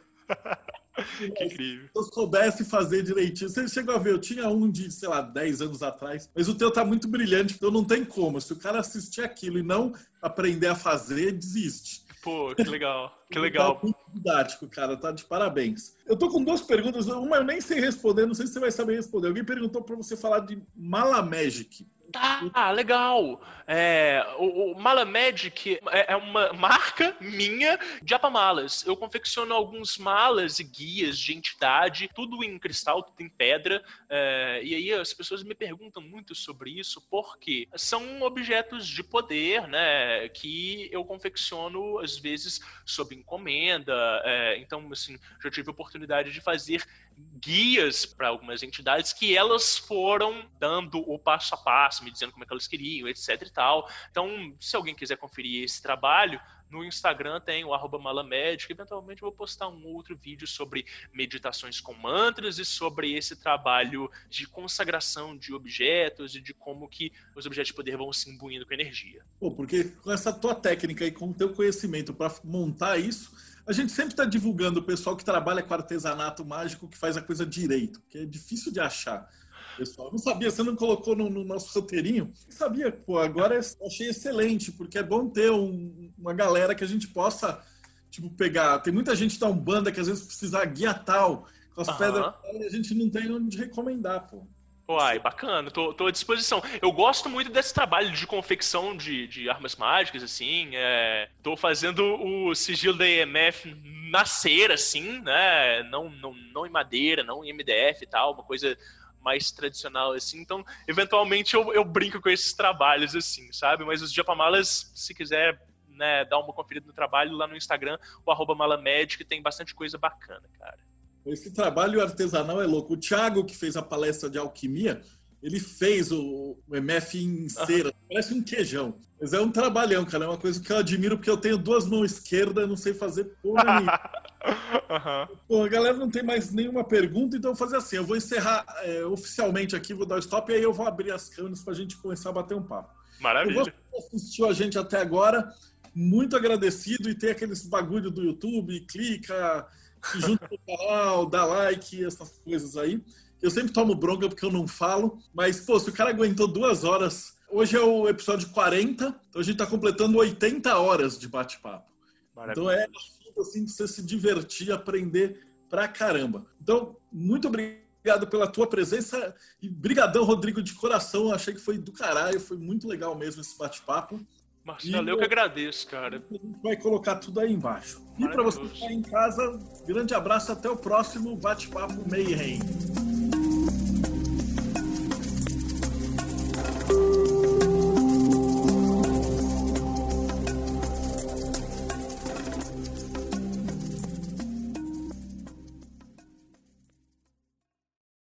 Que incrível. Se eu soubesse fazer direitinho, você chegou a ver, eu tinha um de, sei lá, dez anos atrás, mas o teu tá muito brilhante, então não tem como. Se o cara assistir aquilo e não aprender a fazer, desiste. Pô, que legal, que legal. Tá muito didático, cara, tá de parabéns. Eu tô com duas perguntas, uma eu nem sei responder, não sei se você vai saber responder. Alguém perguntou pra você falar de Malamagic. Ah, legal. É, o, o Malamagic é, é uma marca minha de japamalas. Eu confecciono alguns malas e guias de entidade, tudo em cristal, tudo em pedra. É, e aí as pessoas me perguntam muito sobre isso, porque são objetos de poder, né, que eu confecciono às vezes sob encomenda. É, então, assim, já tive a oportunidade de fazer guias para algumas entidades que elas foram dando o passo a passo, me dizendo como é que elas queriam, etc e tal. Então, se alguém quiser conferir esse trabalho, no Instagram tem o arroba Malamagic. Eventualmente eu vou postar um outro vídeo sobre meditações com mantras e sobre esse trabalho de consagração de objetos e de como que os objetos de poder vão se imbuindo com energia. Pô, porque com essa tua técnica e com o teu conhecimento para montar isso, a gente sempre está divulgando o pessoal que trabalha com artesanato mágico, que faz a coisa direito, que é difícil de achar. Pessoal, eu não sabia, você não colocou no, no nosso roteirinho? Eu sabia, pô, agora eu achei excelente, porque é bom ter um, uma galera que a gente possa, tipo, pegar. Tem muita gente da Umbanda que às vezes precisa guiar tal, com as uhum. pedras, e a gente não tem onde recomendar, pô. Uai, bacana, tô, tô à disposição. Eu gosto muito desse trabalho de confecção de, de armas mágicas, assim. É, tô fazendo o sigilo da E M F na cera, assim, né? Não, não, não em madeira, não em M D F e tal, uma coisa mais tradicional, assim. Então, eventualmente, eu, eu brinco com esses trabalhos, assim, sabe? Mas os japamalas, se quiser, né, dar uma conferida no trabalho lá no Instagram, o arroba Malamagic, tem bastante coisa bacana, cara. Esse trabalho artesanal é louco. O Thiago, que fez a palestra de alquimia, ele fez o, o M F em cera. Uhum. Parece um queijão. Mas é um trabalhão, cara. É uma coisa que eu admiro, porque eu tenho duas mãos esquerdas e não sei fazer porra nenhuma. Uhum. Pô, a galera não tem mais nenhuma pergunta, então eu vou fazer assim. Eu vou encerrar é, oficialmente aqui, vou dar o stop, e aí eu vou abrir as câmeras pra gente começar a bater um papo. Maravilha. Você que assistiu a gente até agora, muito agradecido, e tem aqueles bagulho do YouTube, clica... se junta no canal, dá like, essas coisas aí. Eu sempre tomo bronca porque eu não falo, mas, pô, se o cara aguentou duas horas... Hoje é o episódio quarenta, então a gente tá completando oitenta horas de bate-papo. Então é assim, de você se divertir, aprender pra caramba. Então, muito obrigado pela tua presença e brigadão, Rodrigo, de coração. Achei que foi do caralho, foi muito legal mesmo esse bate-papo. Marcelo, eu que agradeço, cara. A gente vai colocar tudo aí embaixo. E para você que está em casa, grande abraço, até o próximo Bate-Papo Mayhem.